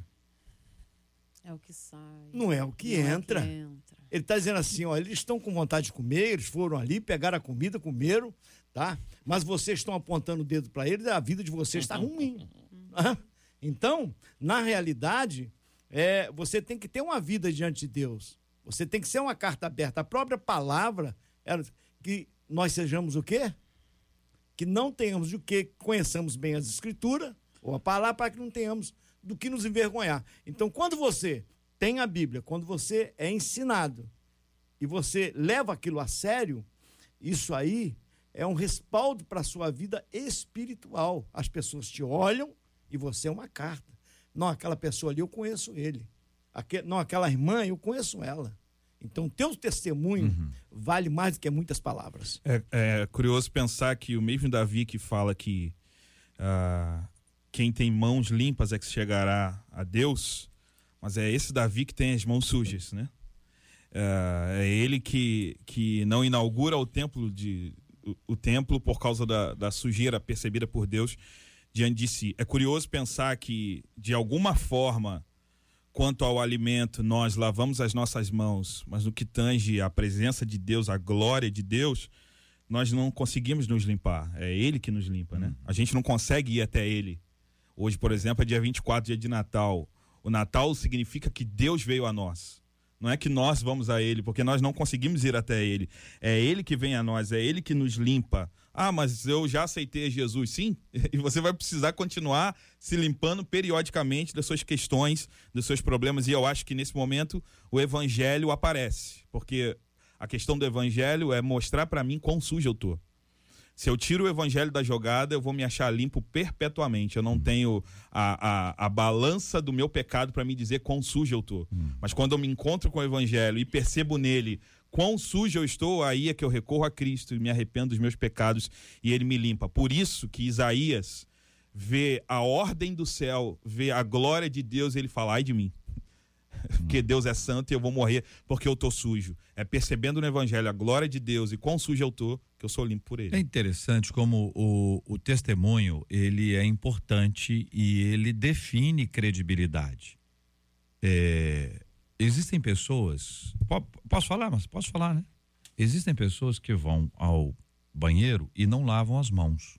é o que sai. Não é o que, entra. É que entra. Ele está dizendo assim, olha, eles estão com vontade de comer, eles foram ali, pegaram a comida, comeram, tá? Mas vocês estão apontando o dedo para eles, a vida de vocês está ruim. Então, na realidade, é, você tem que ter uma vida diante de Deus. Você tem que ser uma carta aberta. A própria palavra é que nós sejamos o quê? Que não tenhamos o quê? Conheçamos bem as escrituras, ou a palavra, para que não tenhamos do que nos envergonhar. Então, quando você tem a Bíblia, quando você é ensinado e você leva aquilo a sério, isso aí é um respaldo para a sua vida espiritual. As pessoas te olham e você é uma carta. Não, aquela pessoa ali eu conheço ele. Aquele, não, aquela irmã eu conheço ela. Então, teu testemunho uhum. vale mais do que muitas palavras. É, é curioso pensar que o mesmo Davi que fala que uh, quem tem mãos limpas é que chegará a Deus, mas é esse Davi que tem as mãos sujas, né? É, é ele que, que não inaugura o templo, de, o, o templo por causa da, da sujeira percebida por Deus diante de si. É curioso pensar que, de alguma forma, quanto ao alimento, nós lavamos as nossas mãos, mas no que tange a presença de Deus, a glória de Deus, nós não conseguimos nos limpar. É Ele que nos limpa, né? A gente não consegue ir até Ele. Hoje, por exemplo, é dia vinte e quatro, dia de Natal. O Natal significa que Deus veio a nós. Não é que nós vamos a Ele, porque nós não conseguimos ir até Ele. É Ele que vem a nós, é Ele que nos limpa. Ah, mas eu já aceitei Jesus. Sim, e você vai precisar continuar se limpando periodicamente das suas questões, dos seus problemas. E eu acho que nesse momento o Evangelho aparece. Porque a questão do Evangelho é mostrar para mim quão sujo eu tô. Se eu tiro o Evangelho da jogada, eu vou me achar limpo perpetuamente. Eu não tenho a, a, a balança do meu pecado para me dizer quão sujo eu tô. Hum. Mas quando eu me encontro com o Evangelho e percebo nele quão sujo eu estou, aí é que eu recorro a Cristo e me arrependo dos meus pecados e ele me limpa. Por isso que Isaías vê a ordem do céu, vê a glória de Deus e ele fala, ai de mim. Porque Deus é santo e eu vou morrer porque eu tô sujo. É percebendo no Evangelho a glória de Deus e quão sujo eu tô, que eu sou limpo por ele. É interessante como o, o testemunho, ele é importante e ele define credibilidade. É, existem pessoas, posso falar, mas posso falar, né? Existem pessoas que vão ao banheiro e não lavam as mãos.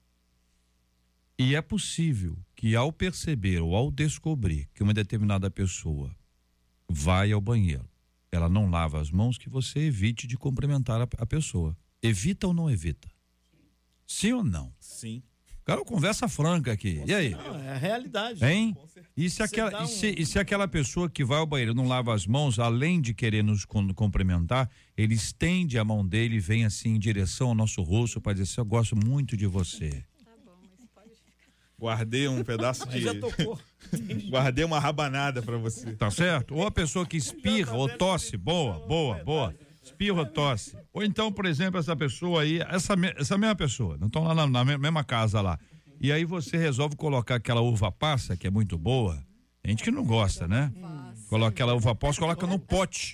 E é possível que ao perceber ou ao descobrir que uma determinada pessoa vai ao banheiro, ela não lava as mãos, que você evite de cumprimentar a, a pessoa. Evita ou não evita? Sim ou não? Sim. Cara, conversa franca aqui. E aí? Não, é a realidade. Hein? E se, aquela, um... e, se, e se aquela pessoa que vai ao banheiro não lava as mãos, além de querer nos cumprimentar, ele estende a mão dele e vem assim em direção ao nosso rosto para dizer assim, eu gosto muito de você. Guardei um pedaço de... Já tocou. Guardei uma rabanada pra você. Tá certo? Ou a pessoa que espirra ou tosse, boa, boa, boa. Espirra ou tosse. Ou então, por exemplo, essa pessoa aí, essa, essa mesma pessoa, não estão lá na, na mesma casa lá. E aí você resolve colocar aquela uva passa, que é muito boa. Gente que não gosta, né? Coloca aquela uva passa, coloca no pote.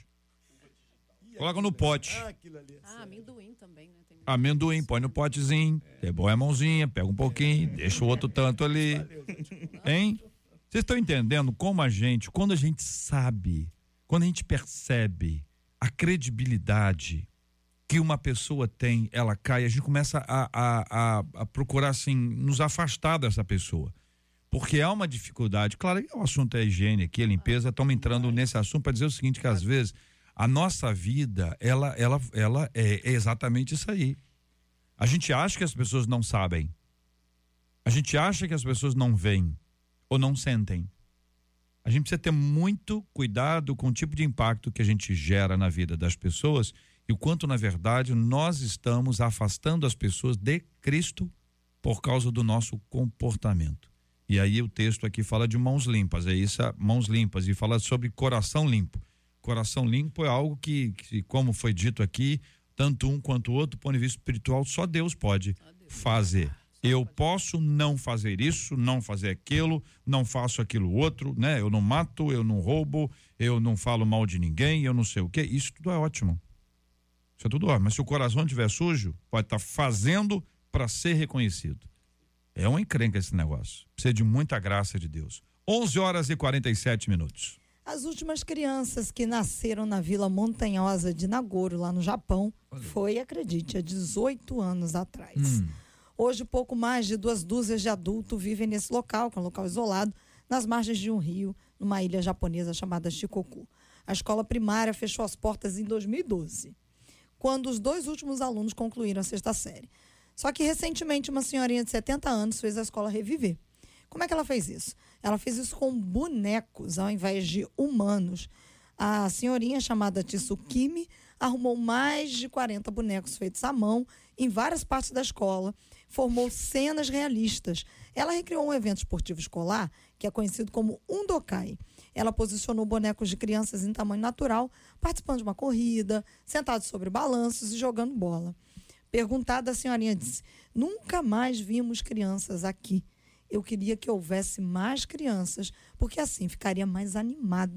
Coloca no pote. Ah, amendoim também, né? Tem... Amendoim, põe no potezinho, é bom a mãozinha, pega um pouquinho, deixa o outro tanto ali. Hein? Vocês estão entendendo como a gente, quando a gente sabe, quando a gente percebe a credibilidade que uma pessoa tem, ela cai, a gente começa a, a, a, a procurar, assim, nos afastar dessa pessoa. Porque há uma dificuldade. Claro que o assunto é higiene aqui, a limpeza, estamos entrando nesse assunto para dizer o seguinte, que às vezes a nossa vida, ela, ela, ela é, é exatamente isso aí. A gente acha que as pessoas não sabem. A gente acha que as pessoas não veem ou não sentem. A gente precisa ter muito cuidado com o tipo de impacto que a gente gera na vida das pessoas e o quanto, na verdade, nós estamos afastando as pessoas de Cristo por causa do nosso comportamento. E aí o texto aqui fala de mãos limpas, é isso, mãos limpas, e fala sobre coração limpo. Coração limpo é algo que, que, como foi dito aqui, tanto um quanto o outro, do ponto de vista espiritual, só Deus pode fazer. Eu posso não fazer isso, não fazer aquilo, não faço aquilo outro, né? Eu não mato, eu não roubo, eu não falo mal de ninguém, eu não sei o quê. Isso tudo é ótimo. Isso é tudo ótimo. Mas se o coração estiver sujo, pode estar fazendo para ser reconhecido. É uma encrenca esse negócio. Precisa de muita graça de Deus. onze horas e quarenta e sete minutos. As últimas crianças que nasceram na Vila Montanhosa de Nagoro, lá no Japão, foi, acredite, há dezoito anos atrás. Hum. Hoje, pouco mais de duas dúzias de adultos vivem nesse local, que é um local isolado, nas margens de um rio, numa ilha japonesa chamada Shikoku. A escola primária fechou as portas em dois mil e doze, quando os dois últimos alunos concluíram a sexta série. Só que, recentemente, uma senhorinha de setenta anos fez a escola reviver. Como é que ela fez isso? Ela fez isso com bonecos, ao invés de humanos. A senhorinha, chamada Tsukimi, arrumou mais de quarenta bonecos feitos à mão em várias partes da escola, formou cenas realistas. Ela recriou um evento esportivo escolar que é conhecido como Undokai. Ela posicionou bonecos de crianças em tamanho natural, participando de uma corrida, sentados sobre balanços e jogando bola. Perguntada, a senhorinha disse: nunca mais vimos crianças aqui. Eu queria que houvesse mais crianças, porque assim ficaria mais animado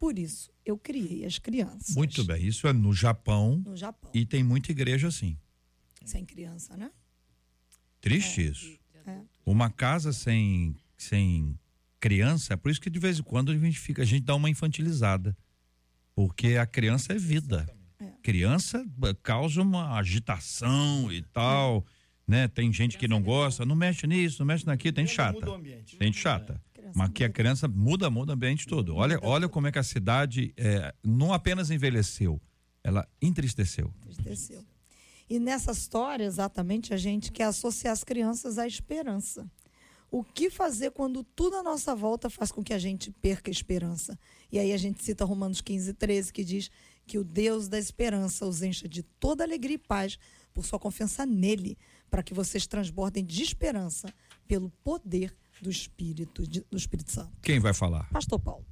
Por isso, eu criei as crianças. Muito bem, isso é no Japão. No Japão. E tem muita igreja assim. Sem criança, né? Triste É. isso. É. Uma casa sem, sem criança, é por isso que de vez em quando a gente fica, a gente dá uma infantilizada. Porque a criança é vida. É. Criança causa uma agitação e tal, né? Tem gente que não gosta, não mexe nisso, não mexe naquilo, tem chata. Muda o ambiente. Tem chata. Criança Mas que a muda. criança muda, muda o ambiente todo. Olha, olha como é que a cidade é, não apenas envelheceu, ela entristeceu. Entristeceu. E nessa história, exatamente, a gente quer associar as crianças à esperança. O que fazer quando tudo à nossa volta faz com que a gente perca a esperança? E aí a gente cita Romanos quinze, treze, que diz que o Deus da esperança os encha de toda alegria e paz por sua confiança nele, para que vocês transbordem de esperança pelo poder do Espírito, de- do Espírito Santo. Quem vai falar? Pastor Paulo.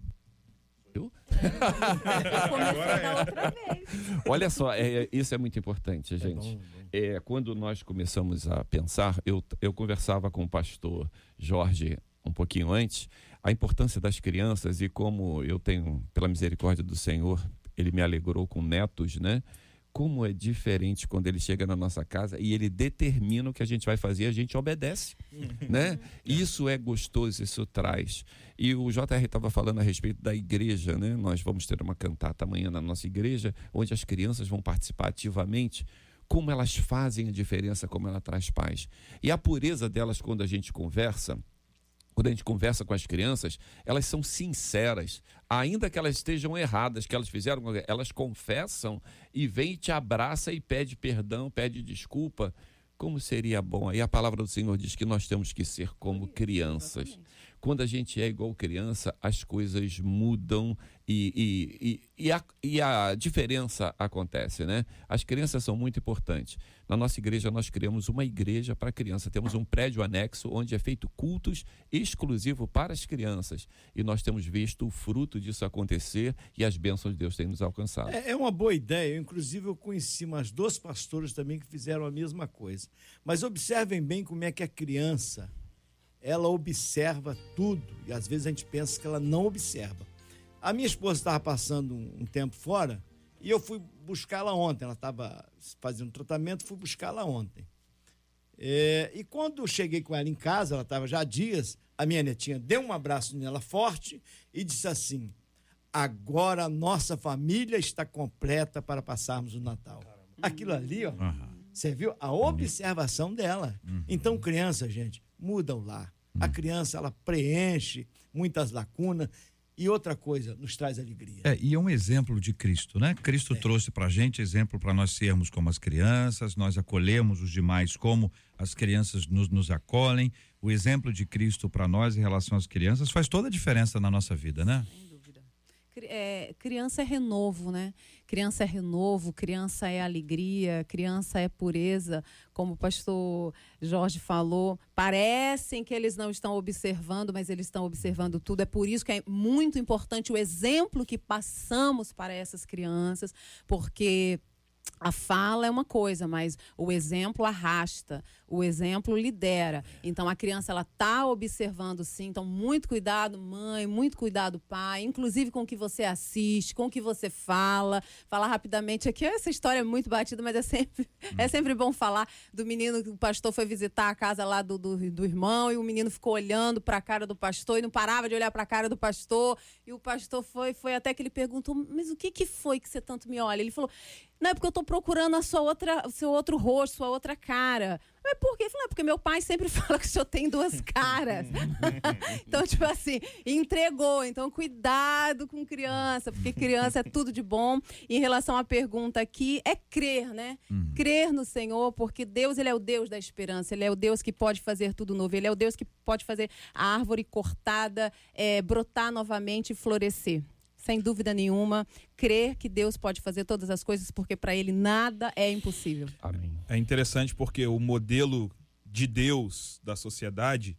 Começou da outra vez. Olha só, é, isso é muito importante, gente. É, quando nós começamos a pensar, eu, eu conversava com o pastor Jorge um pouquinho antes, a importância das crianças e como eu tenho, pela misericórdia do Senhor, ele me alegrou com netos, né? Como é diferente quando ele chega na nossa casa e ele determina o que a gente vai fazer, a gente obedece, né? Isso é gostoso, isso traz. E o J R estava falando a respeito da igreja, né? Nós vamos ter uma cantata amanhã na nossa igreja, onde as crianças vão participar ativamente. Como elas fazem a diferença, como ela traz paz. E a pureza delas, quando a gente conversa, quando a gente conversa com as crianças, elas são sinceras, ainda que elas estejam erradas, que elas fizeram, elas confessam e vem e te abraça e pede perdão, pede desculpa. Como seria bom? Aí a palavra do Senhor diz que nós temos que ser como crianças. Quando a gente é igual criança, as coisas mudam e, e, e, e, a, e a diferença acontece, né? As crianças são muito importantes. Na nossa igreja, nós criamos uma igreja para criança. Temos um prédio anexo onde é feito cultos exclusivo para as crianças. E nós temos visto o fruto disso acontecer e as bênçãos de Deus têm nos alcançado. É, é uma boa ideia. Eu, inclusive, eu conheci mais dois pastores também que fizeram a mesma coisa. Mas observem bem como é que a criança, ela observa tudo. E às vezes a gente pensa que ela não observa. A minha esposa estava passando um, um tempo fora e eu fui buscá-la ontem. Ela estava fazendo tratamento, fui buscá-la ontem. É, e quando eu cheguei com ela em casa, ela estava já há dias, a minha netinha deu um abraço nela forte e disse assim: agora a nossa família está completa para passarmos o Natal. Aquilo ali, ó, você viu? A observação dela. Então, criança, gente, muda o lar. A criança, ela preenche muitas lacunas. E outra coisa, nos traz alegria. É, e é um exemplo de Cristo, né? Cristo É. trouxe pra gente exemplo para nós sermos como as crianças, nós acolhemos os demais como as crianças nos, nos acolhem. O exemplo de Cristo para nós em relação às crianças faz toda a diferença na nossa vida, né? Sem dúvida. Cri- é, criança é renovo, né? Criança é renovo, criança é alegria, criança é pureza. Como o pastor Jorge falou, parecem que eles não estão observando, mas eles estão observando tudo. É por isso que é muito importante o exemplo que passamos para essas crianças, porque a fala é uma coisa, mas o exemplo arrasta, o exemplo lidera. Então a criança, ela está observando sim, então muito cuidado mãe, muito cuidado pai, inclusive com o que você assiste, com o que você fala. Falar rapidamente aqui, essa história é muito batida, mas é sempre, é sempre bom falar do menino que o pastor foi visitar a casa lá do, do, do irmão e o menino ficou olhando para a cara do pastor e não parava de olhar para a cara do pastor e o pastor foi, foi até que ele perguntou, mas o que, que foi que você tanto me olha? Ele falou, não, é porque eu tô procurando a sua outra, o seu outro rosto, sua outra cara. Mas por quê? Ele falou, é porque meu pai sempre fala que o senhor tem duas caras. Então, tipo assim, entregou. Então, cuidado com criança, porque criança é tudo de bom. E em relação à pergunta aqui, é crer, né? Uhum. Crer no Senhor, porque Deus, ele é o Deus da esperança. Ele é o Deus que pode fazer tudo novo. Ele é o Deus que pode fazer a árvore cortada é, brotar novamente e florescer. Sem dúvida nenhuma, crer que Deus pode fazer todas as coisas, porque para ele nada é impossível. Amém. É interessante porque o modelo de Deus da sociedade,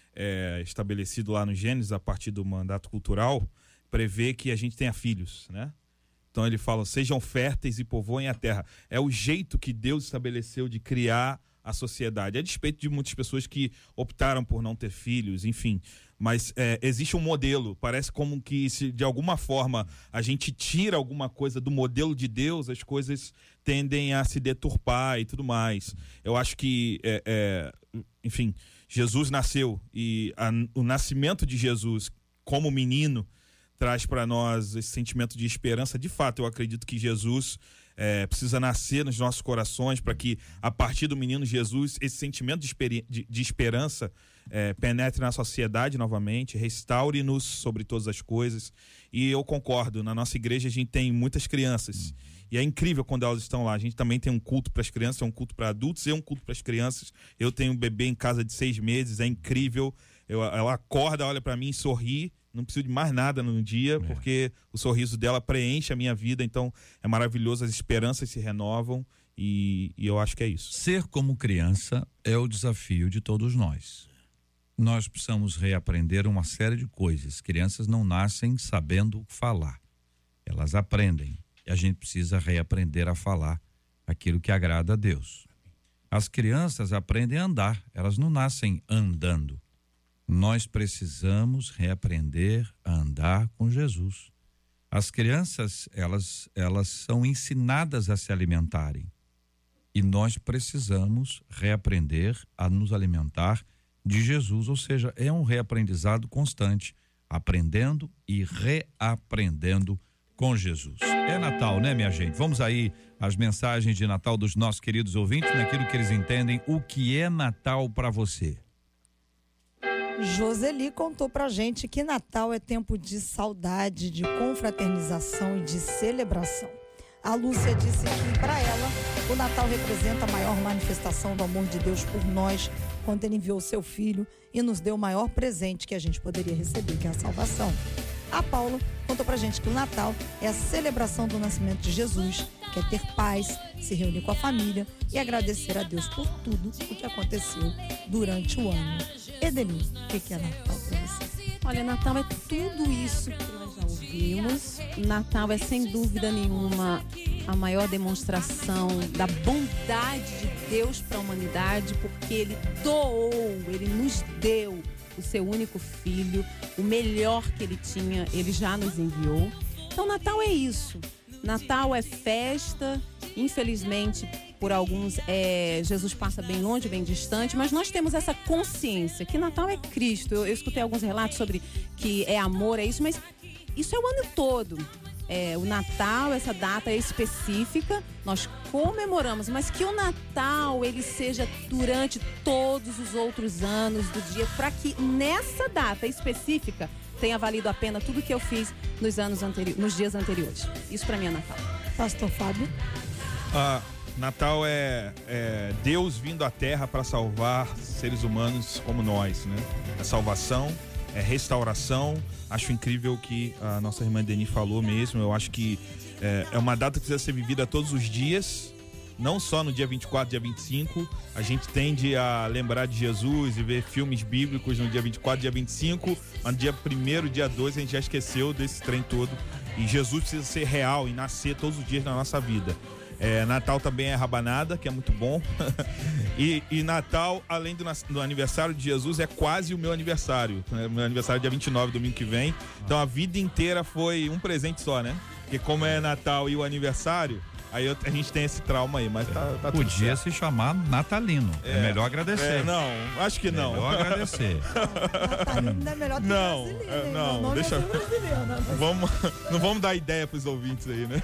é, estabelecido lá no Gênesis, a partir do mandato cultural, prevê que a gente tenha filhos, né? Então ele fala, sejam férteis e povoem a terra. É o jeito que Deus estabeleceu de criar a sociedade, a despeito de muitas pessoas que optaram por não ter filhos, enfim. Mas é, existe um modelo, parece como que se de alguma forma a gente tira alguma coisa do modelo de Deus, as coisas tendem a se deturpar e tudo mais. Eu acho que, é, é, enfim, Jesus nasceu e a, o nascimento de Jesus como menino traz para nós esse sentimento de esperança. De fato, eu acredito que Jesus é, precisa nascer nos nossos corações para que, a partir do menino Jesus, esse sentimento de, de, de esperança é, penetre na sociedade novamente, restaure-nos sobre todas as coisas. E eu concordo, na nossa igreja a gente tem muitas crianças. E é incrível quando elas estão lá. A gente também tem um culto para as crianças, um culto para adultos e um culto para as crianças. Eu tenho um bebê em casa de seis meses, é incrível. Eu, ela acorda, olha para mim e sorri. Não preciso de mais nada no dia, é. porque o sorriso dela preenche a minha vida. Então é maravilhoso, as esperanças se renovam e, e eu acho que é isso. Ser como criança é o desafio de todos nós. Nós precisamos reaprender uma série de coisas. Crianças não nascem sabendo falar, elas aprendem. E a gente precisa reaprender a falar aquilo que agrada a Deus. As crianças aprendem a andar, elas não nascem andando. Nós precisamos reaprender a andar com Jesus. As crianças, elas, elas são ensinadas a se alimentarem. E nós precisamos reaprender a nos alimentar de Jesus, ou seja, é um reaprendizado constante, aprendendo e reaprendendo com Jesus. É Natal, né, minha gente? Vamos aí às mensagens de Natal dos nossos queridos ouvintes, naquilo que eles entendem, o que é Natal para você. Joseli contou pra gente que Natal é tempo de saudade, de confraternização e de celebração. A Lúcia disse que, para ela, o Natal representa a maior manifestação do amor de Deus por nós, quando ele enviou seu filho e nos deu o maior presente que a gente poderia receber, que é a salvação. A Paula contou pra gente que o Natal é a celebração do nascimento de Jesus, que é ter paz, se reunir com a família e agradecer a Deus por tudo o que aconteceu durante o ano. Edeline, o que é Natal pra você? Olha, Natal é tudo isso que nós já ouvimos. Natal é, sem dúvida nenhuma, a maior demonstração da bondade de Deus para a humanidade, porque Ele doou, Ele nos deu o seu único filho, o melhor que Ele tinha, Ele já nos enviou. Então, Natal é isso. Natal é festa, infelizmente, por alguns, é, Jesus passa bem longe, bem distante, mas nós temos essa consciência que Natal é Cristo. Eu, eu escutei alguns relatos sobre que é amor, é isso, mas isso é o ano todo. É, o Natal, essa data é específica, nós comemoramos, mas que o Natal ele seja durante todos os outros anos do dia, para que nessa data específica tenha valido a pena tudo que eu fiz nos anos anteri- nos dias anteriores. Isso para mim é Natal. Pastor Fábio? Ah, Natal é, é Deus vindo à Terra para salvar seres humanos como nós, né? É salvação, é restauração. Acho incrível o que a nossa irmã Deni falou mesmo. Eu acho que é, é uma data que precisa ser vivida todos os dias, não só no dia vinte e quatro, dia vinte e cinco. A gente tende a lembrar de Jesus e ver filmes bíblicos no dia vinte e quatro, dia vinte e cinco, mas no dia primeiro, dia dois, a gente já esqueceu desse trem todo. E Jesus precisa ser real e nascer todos os dias na nossa vida. É, Natal também é rabanada, que é muito bom. e, e Natal, além do, do aniversário de Jesus, é quase o meu aniversário. Né? Meu aniversário é dia vinte e nove, domingo que vem. Então a vida inteira foi um presente só, né? Porque como é Natal e o aniversário, aí eu, a gente tem esse trauma aí, mas tá, tá tudo Podia certo. se chamar natalino. É, é melhor agradecer. É, não, acho que não. Melhor agradecer. Natalino não é melhor que Não, brasileiro. é, hein? não, Meu nome deixa- é brasileiro, né? Vamos, não vamos dar ideia pros ouvintes aí, né?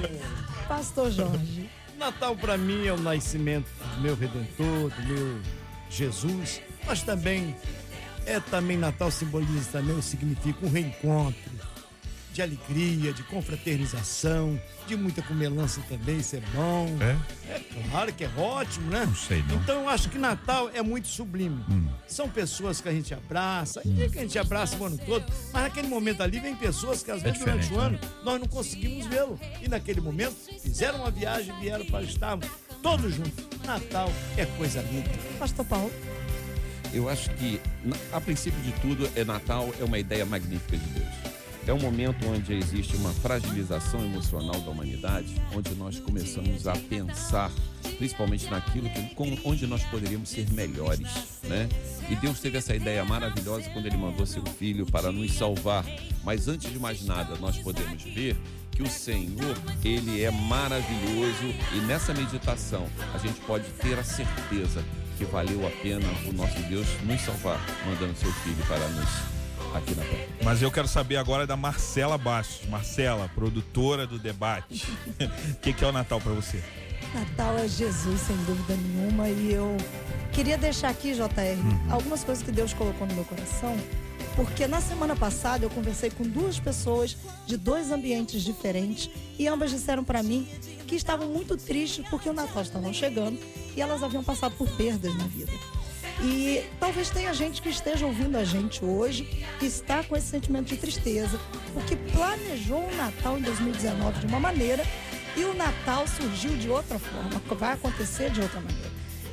Pastor Jorge. Natal para mim é o nascimento do meu Redentor, do meu Jesus, mas também é também Natal simboliza também, significa um reencontro de alegria, de confraternização, de muita comelança também, isso é bom. É? É claro que é ótimo, né? Não sei não. Então eu acho que Natal é muito sublime. Hum. São pessoas que a gente abraça, e nem que a gente abraça o ano todo, mas naquele momento ali vem pessoas que às vezes durante o ano nós não conseguimos vê-lo. E naquele momento fizeram uma viagem e vieram para estarmos todos juntos. Natal é coisa linda. Pastor Paulo. Eu acho que, na- a princípio de tudo, é Natal é uma ideia magnífica de Deus. É um momento onde existe uma fragilização emocional da humanidade, onde nós começamos a pensar principalmente naquilo que, com, onde nós poderíamos ser melhores, né? E Deus teve essa ideia maravilhosa quando Ele mandou seu Filho para nos salvar. Mas antes de mais nada, nós podemos ver que o Senhor, Ele é maravilhoso, e nessa meditação a gente pode ter a certeza que valeu a pena o nosso Deus nos salvar, mandando seu Filho para nos aqui na terra. Mas eu quero saber agora da Marcela Bastos. Marcela, produtora do debate. O que, que é o Natal para você? Natal é Jesus, sem dúvida nenhuma, e eu queria deixar aqui, J R, uhum. algumas coisas que Deus colocou no meu coração, porque na semana passada eu conversei com duas pessoas de dois ambientes diferentes e ambas disseram para mim que estavam muito tristes porque o Natal estava chegando e elas haviam passado por perdas na vida. E talvez tenha gente que esteja ouvindo a gente hoje que está com esse sentimento de tristeza, porque planejou o Natal em dois mil e dezenove de uma maneira e o Natal surgiu de outra forma, vai acontecer de outra maneira.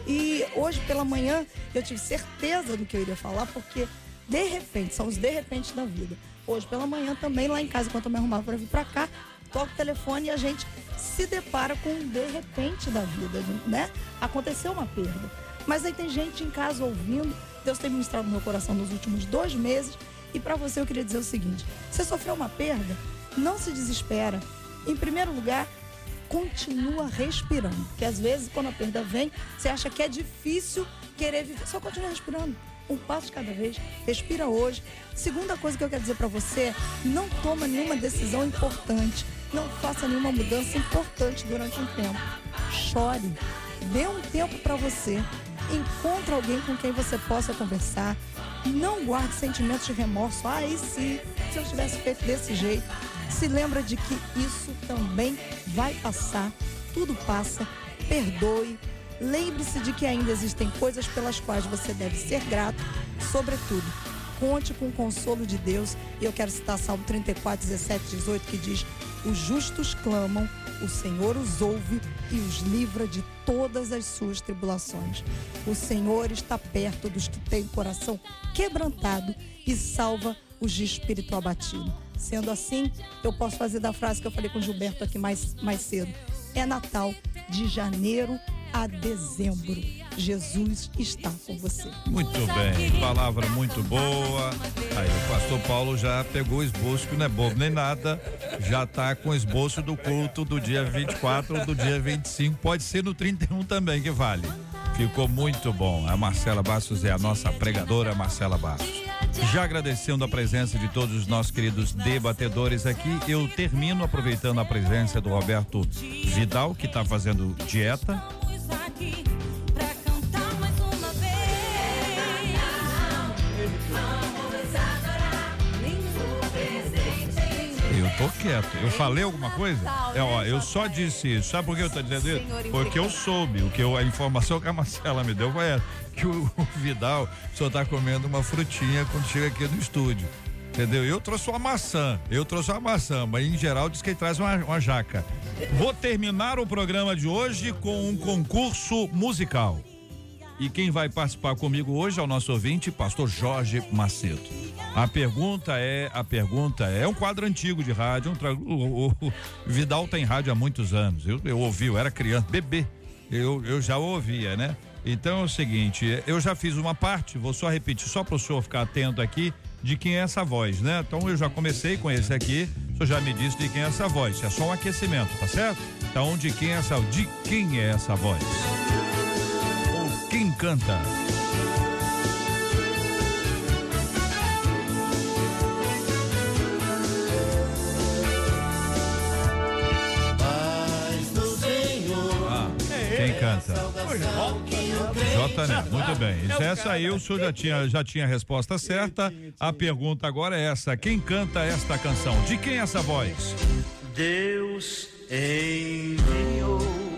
E hoje pela manhã eu tive certeza do que eu iria falar, porque de repente, são os de repente da vida. Hoje pela manhã também lá em casa, enquanto eu me arrumava para vir para cá, toco o telefone e a gente se depara com um de repente da vida, né? Aconteceu uma perda. Mas aí tem gente em casa ouvindo, Deus tem ministrado no meu coração nos últimos dois meses, e para você eu queria dizer o seguinte: você sofreu uma perda, não se desespera. Em primeiro lugar, continua respirando, porque às vezes quando a perda vem, você acha que é difícil querer viver, só continua respirando, um passo de cada vez, respira hoje. Segunda coisa que eu quero dizer para você: não toma nenhuma decisão importante, não faça nenhuma mudança importante durante um tempo, chore, dê um tempo para você, encontre alguém com quem você possa conversar, não guarde sentimentos de remorso. Ah, e se, se eu tivesse feito desse jeito? Se lembra de que isso também vai passar, tudo passa, perdoe, lembre-se de que ainda existem coisas pelas quais você deve ser grato, sobretudo, conte com o consolo de Deus. E eu quero citar Salmo trinta e quatro, dezessete, dezoito, que diz: os justos clamam, o Senhor os ouve e os livra de todas as suas tribulações. O Senhor está perto dos que têm o coração quebrantado e salva os de espírito abatido. Sendo assim, eu posso fazer da frase que eu falei com o Gilberto aqui mais, mais cedo: é Natal de janeiro a dezembro. Jesus está com você. Muito bem, palavra muito boa. Aí o pastor Paulo já pegou o esboço, que não é bobo nem nada, já está com o esboço do culto do dia vinte e quatro ou do dia vinte e cinco, pode ser no trinta e um também, que vale. Ficou muito bom. A Marcela Bastos é a nossa pregadora, Marcela Bastos. Já agradecendo a presença de todos os nossos queridos debatedores aqui, eu termino aproveitando a presença do Roberto Vidal, que está fazendo dieta. Eu tô quieto. Eu falei alguma coisa? É, ó, eu só disse isso. Sabe por que eu tô dizendo isso? Porque eu soube. O que eu, a informação que a Marcela me deu foi essa, que o, o Vidal só tá comendo uma frutinha quando chega aqui no estúdio. Entendeu? Eu trouxe uma maçã. Eu trouxe uma maçã, mas em geral diz que ele traz uma, uma jaca. Vou terminar o programa de hoje com um concurso musical. E quem vai participar comigo hoje é o nosso ouvinte, pastor Jorge Macedo. A pergunta é, a pergunta é, é um quadro antigo de rádio, um tra... o, o, o Vidal tem rádio há muitos anos, eu, eu ouvi, eu era criança, bebê, eu, eu já ouvia, né? Então é o seguinte, eu já fiz uma parte, vou só repetir, só para o senhor ficar atento aqui de quem é essa voz, né? Então eu já comecei com esse aqui, o senhor já me disse de quem é essa voz, é só um aquecimento, tá certo? Então de quem é essa, de quem é essa voz? Ou quem canta? Quem canta? J Neto, muito bem. Essa aí o senhor já tinha, já tinha a resposta certa. A pergunta agora é essa: quem canta esta canção? De quem é essa voz? Deus enviou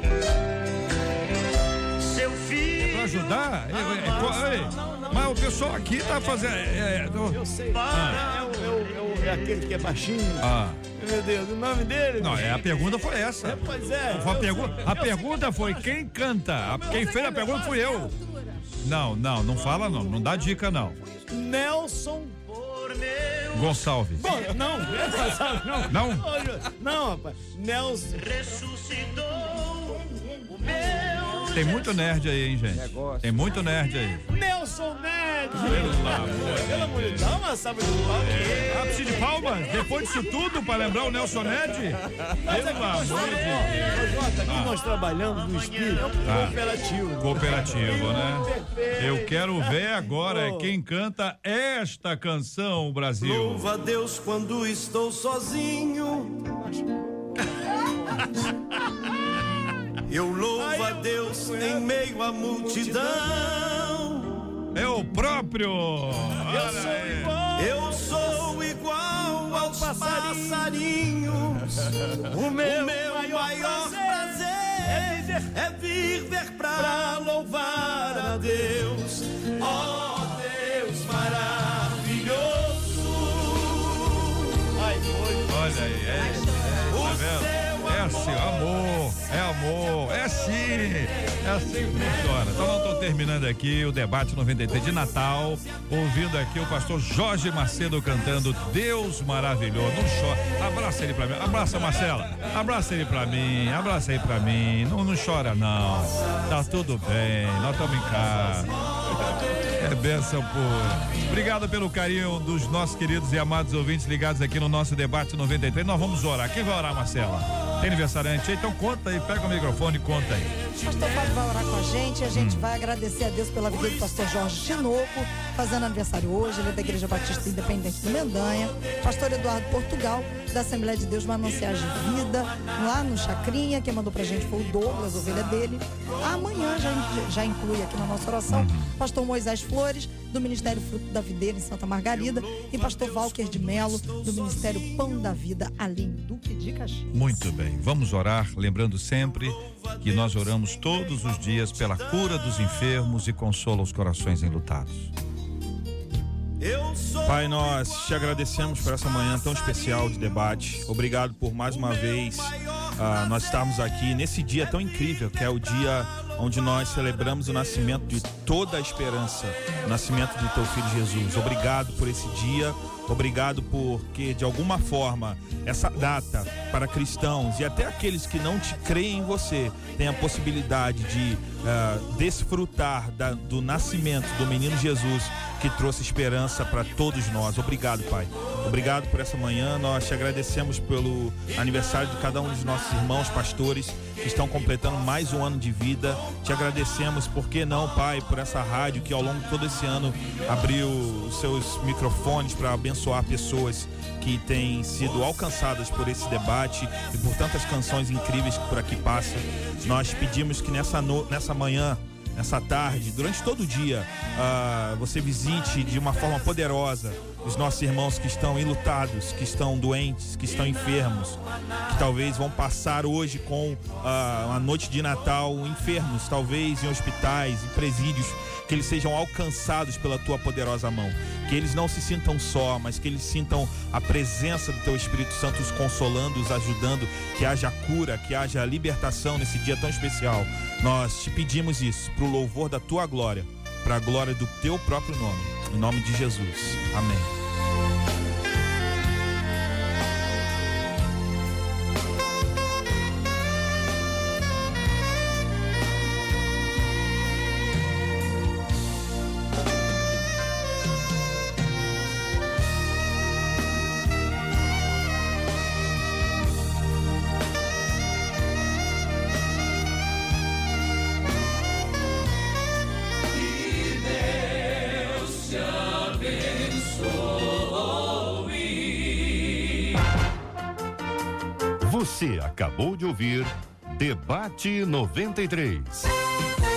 seu filho. É pra ajudar? Não, é, é, é, não, não, não, mas o pessoal aqui tá fazendo. É, é, tô... Eu sei. Ah. É, o, é, o, é aquele que é baixinho. Ah. Meu Deus, o nome dele? Não, é, a pergunta foi essa. É, pois é. A, pergu a pergunta foi quem canta. A, quem fez a pergunta fui eu. Não, não, não fala não, não dá dica não. Nelson Gonçalves. Bom, não, não. Não? Não, rapaz. Nelson ressuscitou o meu tem muito nerd aí, hein, gente? Tem muito nerd aí. Nelson Ned! Pelo amor Pelo amor de Deus, dá uma salva de palmas. É. Ah, precisa de palmas? Depois disso tudo, pra lembrar o Nelson Ned? Pelo amor de Deus. Jota, aqui Ah. nós trabalhamos no espírito Ah. cooperativo. Cooperativo, né? Perfeito. Eu quero ver agora quem canta esta canção, Brasil. Louva a Deus quando estou sozinho. Eu louvo a Deus em meio à multidão. É o próprio. Eu sou igual, eu sou igual aos passarinhos. O meu, o meu maior prazer é viver pra louvar a Deus. Oh, Deus maravilhoso. Olha aí, é, tá vendo? É assim, amor, é amor, é assim, é assim que funciona. Então nós estamos terminando aqui o debate noventa e três de Natal, ouvindo aqui o pastor Jorge Macedo cantando Deus Maravilhoso. Não chora, abraça ele pra mim, abraça Marcela, abraça ele pra mim, abraça ele pra mim, não, não chora não, tá tudo bem, nós estamos em casa. É bênção pura. Obrigado pelo carinho dos nossos queridos e amados ouvintes ligados aqui no nosso debate noventa e três. Nós vamos orar. Quem vai orar, Marcela? Tem aniversariante aí? Então conta aí, pega o microfone e conta aí. O pastor Fábio vai orar com a gente e a gente hum. vai agradecer a Deus pela vida do pastor Jorge Tinoco, fazendo aniversário hoje. Ele é da Igreja Batista Independente do Mendanha. Pastor Eduardo Portugal, da Assembleia de Deus Mananciais de Vida, lá no Chacrinha. Quem mandou pra gente foi o Douglas, ovelha dele. Amanhã já, já inclui aqui na nossa oração hum. pastor Moisés Flores, do Ministério Fruto da Videira, em Santa Margarida, e pastor Walker de Melo, do Ministério Pão da Vida, ali em Duque de Caxias. Muito bem, vamos orar, lembrando sempre que nós oramos todos os dias pela cura dos enfermos e consola os corações enlutados. Pai, nós te agradecemos por essa manhã tão especial de debate. Obrigado por mais uma vez uh, nós estarmos aqui nesse dia tão incrível, que é o dia onde nós celebramos o nascimento de toda a esperança, o nascimento do teu filho Jesus. Obrigado por esse dia, obrigado porque de alguma forma essa data para cristãos e até aqueles que não te creem em você tem a possibilidade de uh, desfrutar da, do nascimento do menino Jesus, que trouxe esperança para todos nós. Obrigado, Pai. Obrigado por essa manhã. Nós te agradecemos pelo aniversário de cada um dos nossos irmãos pastores que estão completando mais um ano de vida. Te agradecemos, por que não, Pai, por essa rádio que ao longo de todo esse ano abriu os seus microfones para abençoar pessoas que têm sido alcançadas por esse debate e por tantas canções incríveis que por aqui passam. Nós pedimos que nessa, no, nessa manhã, nessa tarde, durante todo o dia, uh, você visite de uma forma poderosa os nossos irmãos que estão enlutados, que estão doentes, que estão enfermos, que talvez vão passar hoje com uh, uma noite de Natal enfermos, talvez em hospitais, em presídios, que eles sejam alcançados pela tua poderosa mão, que eles não se sintam só, mas que eles sintam a presença do teu Espírito Santo os consolando, os ajudando, que haja cura, que haja libertação nesse dia tão especial. Nós te pedimos isso pro louvor da tua glória, para a glória do teu próprio nome, em nome de Jesus. Amém. Você acabou de ouvir Debate noventa e três.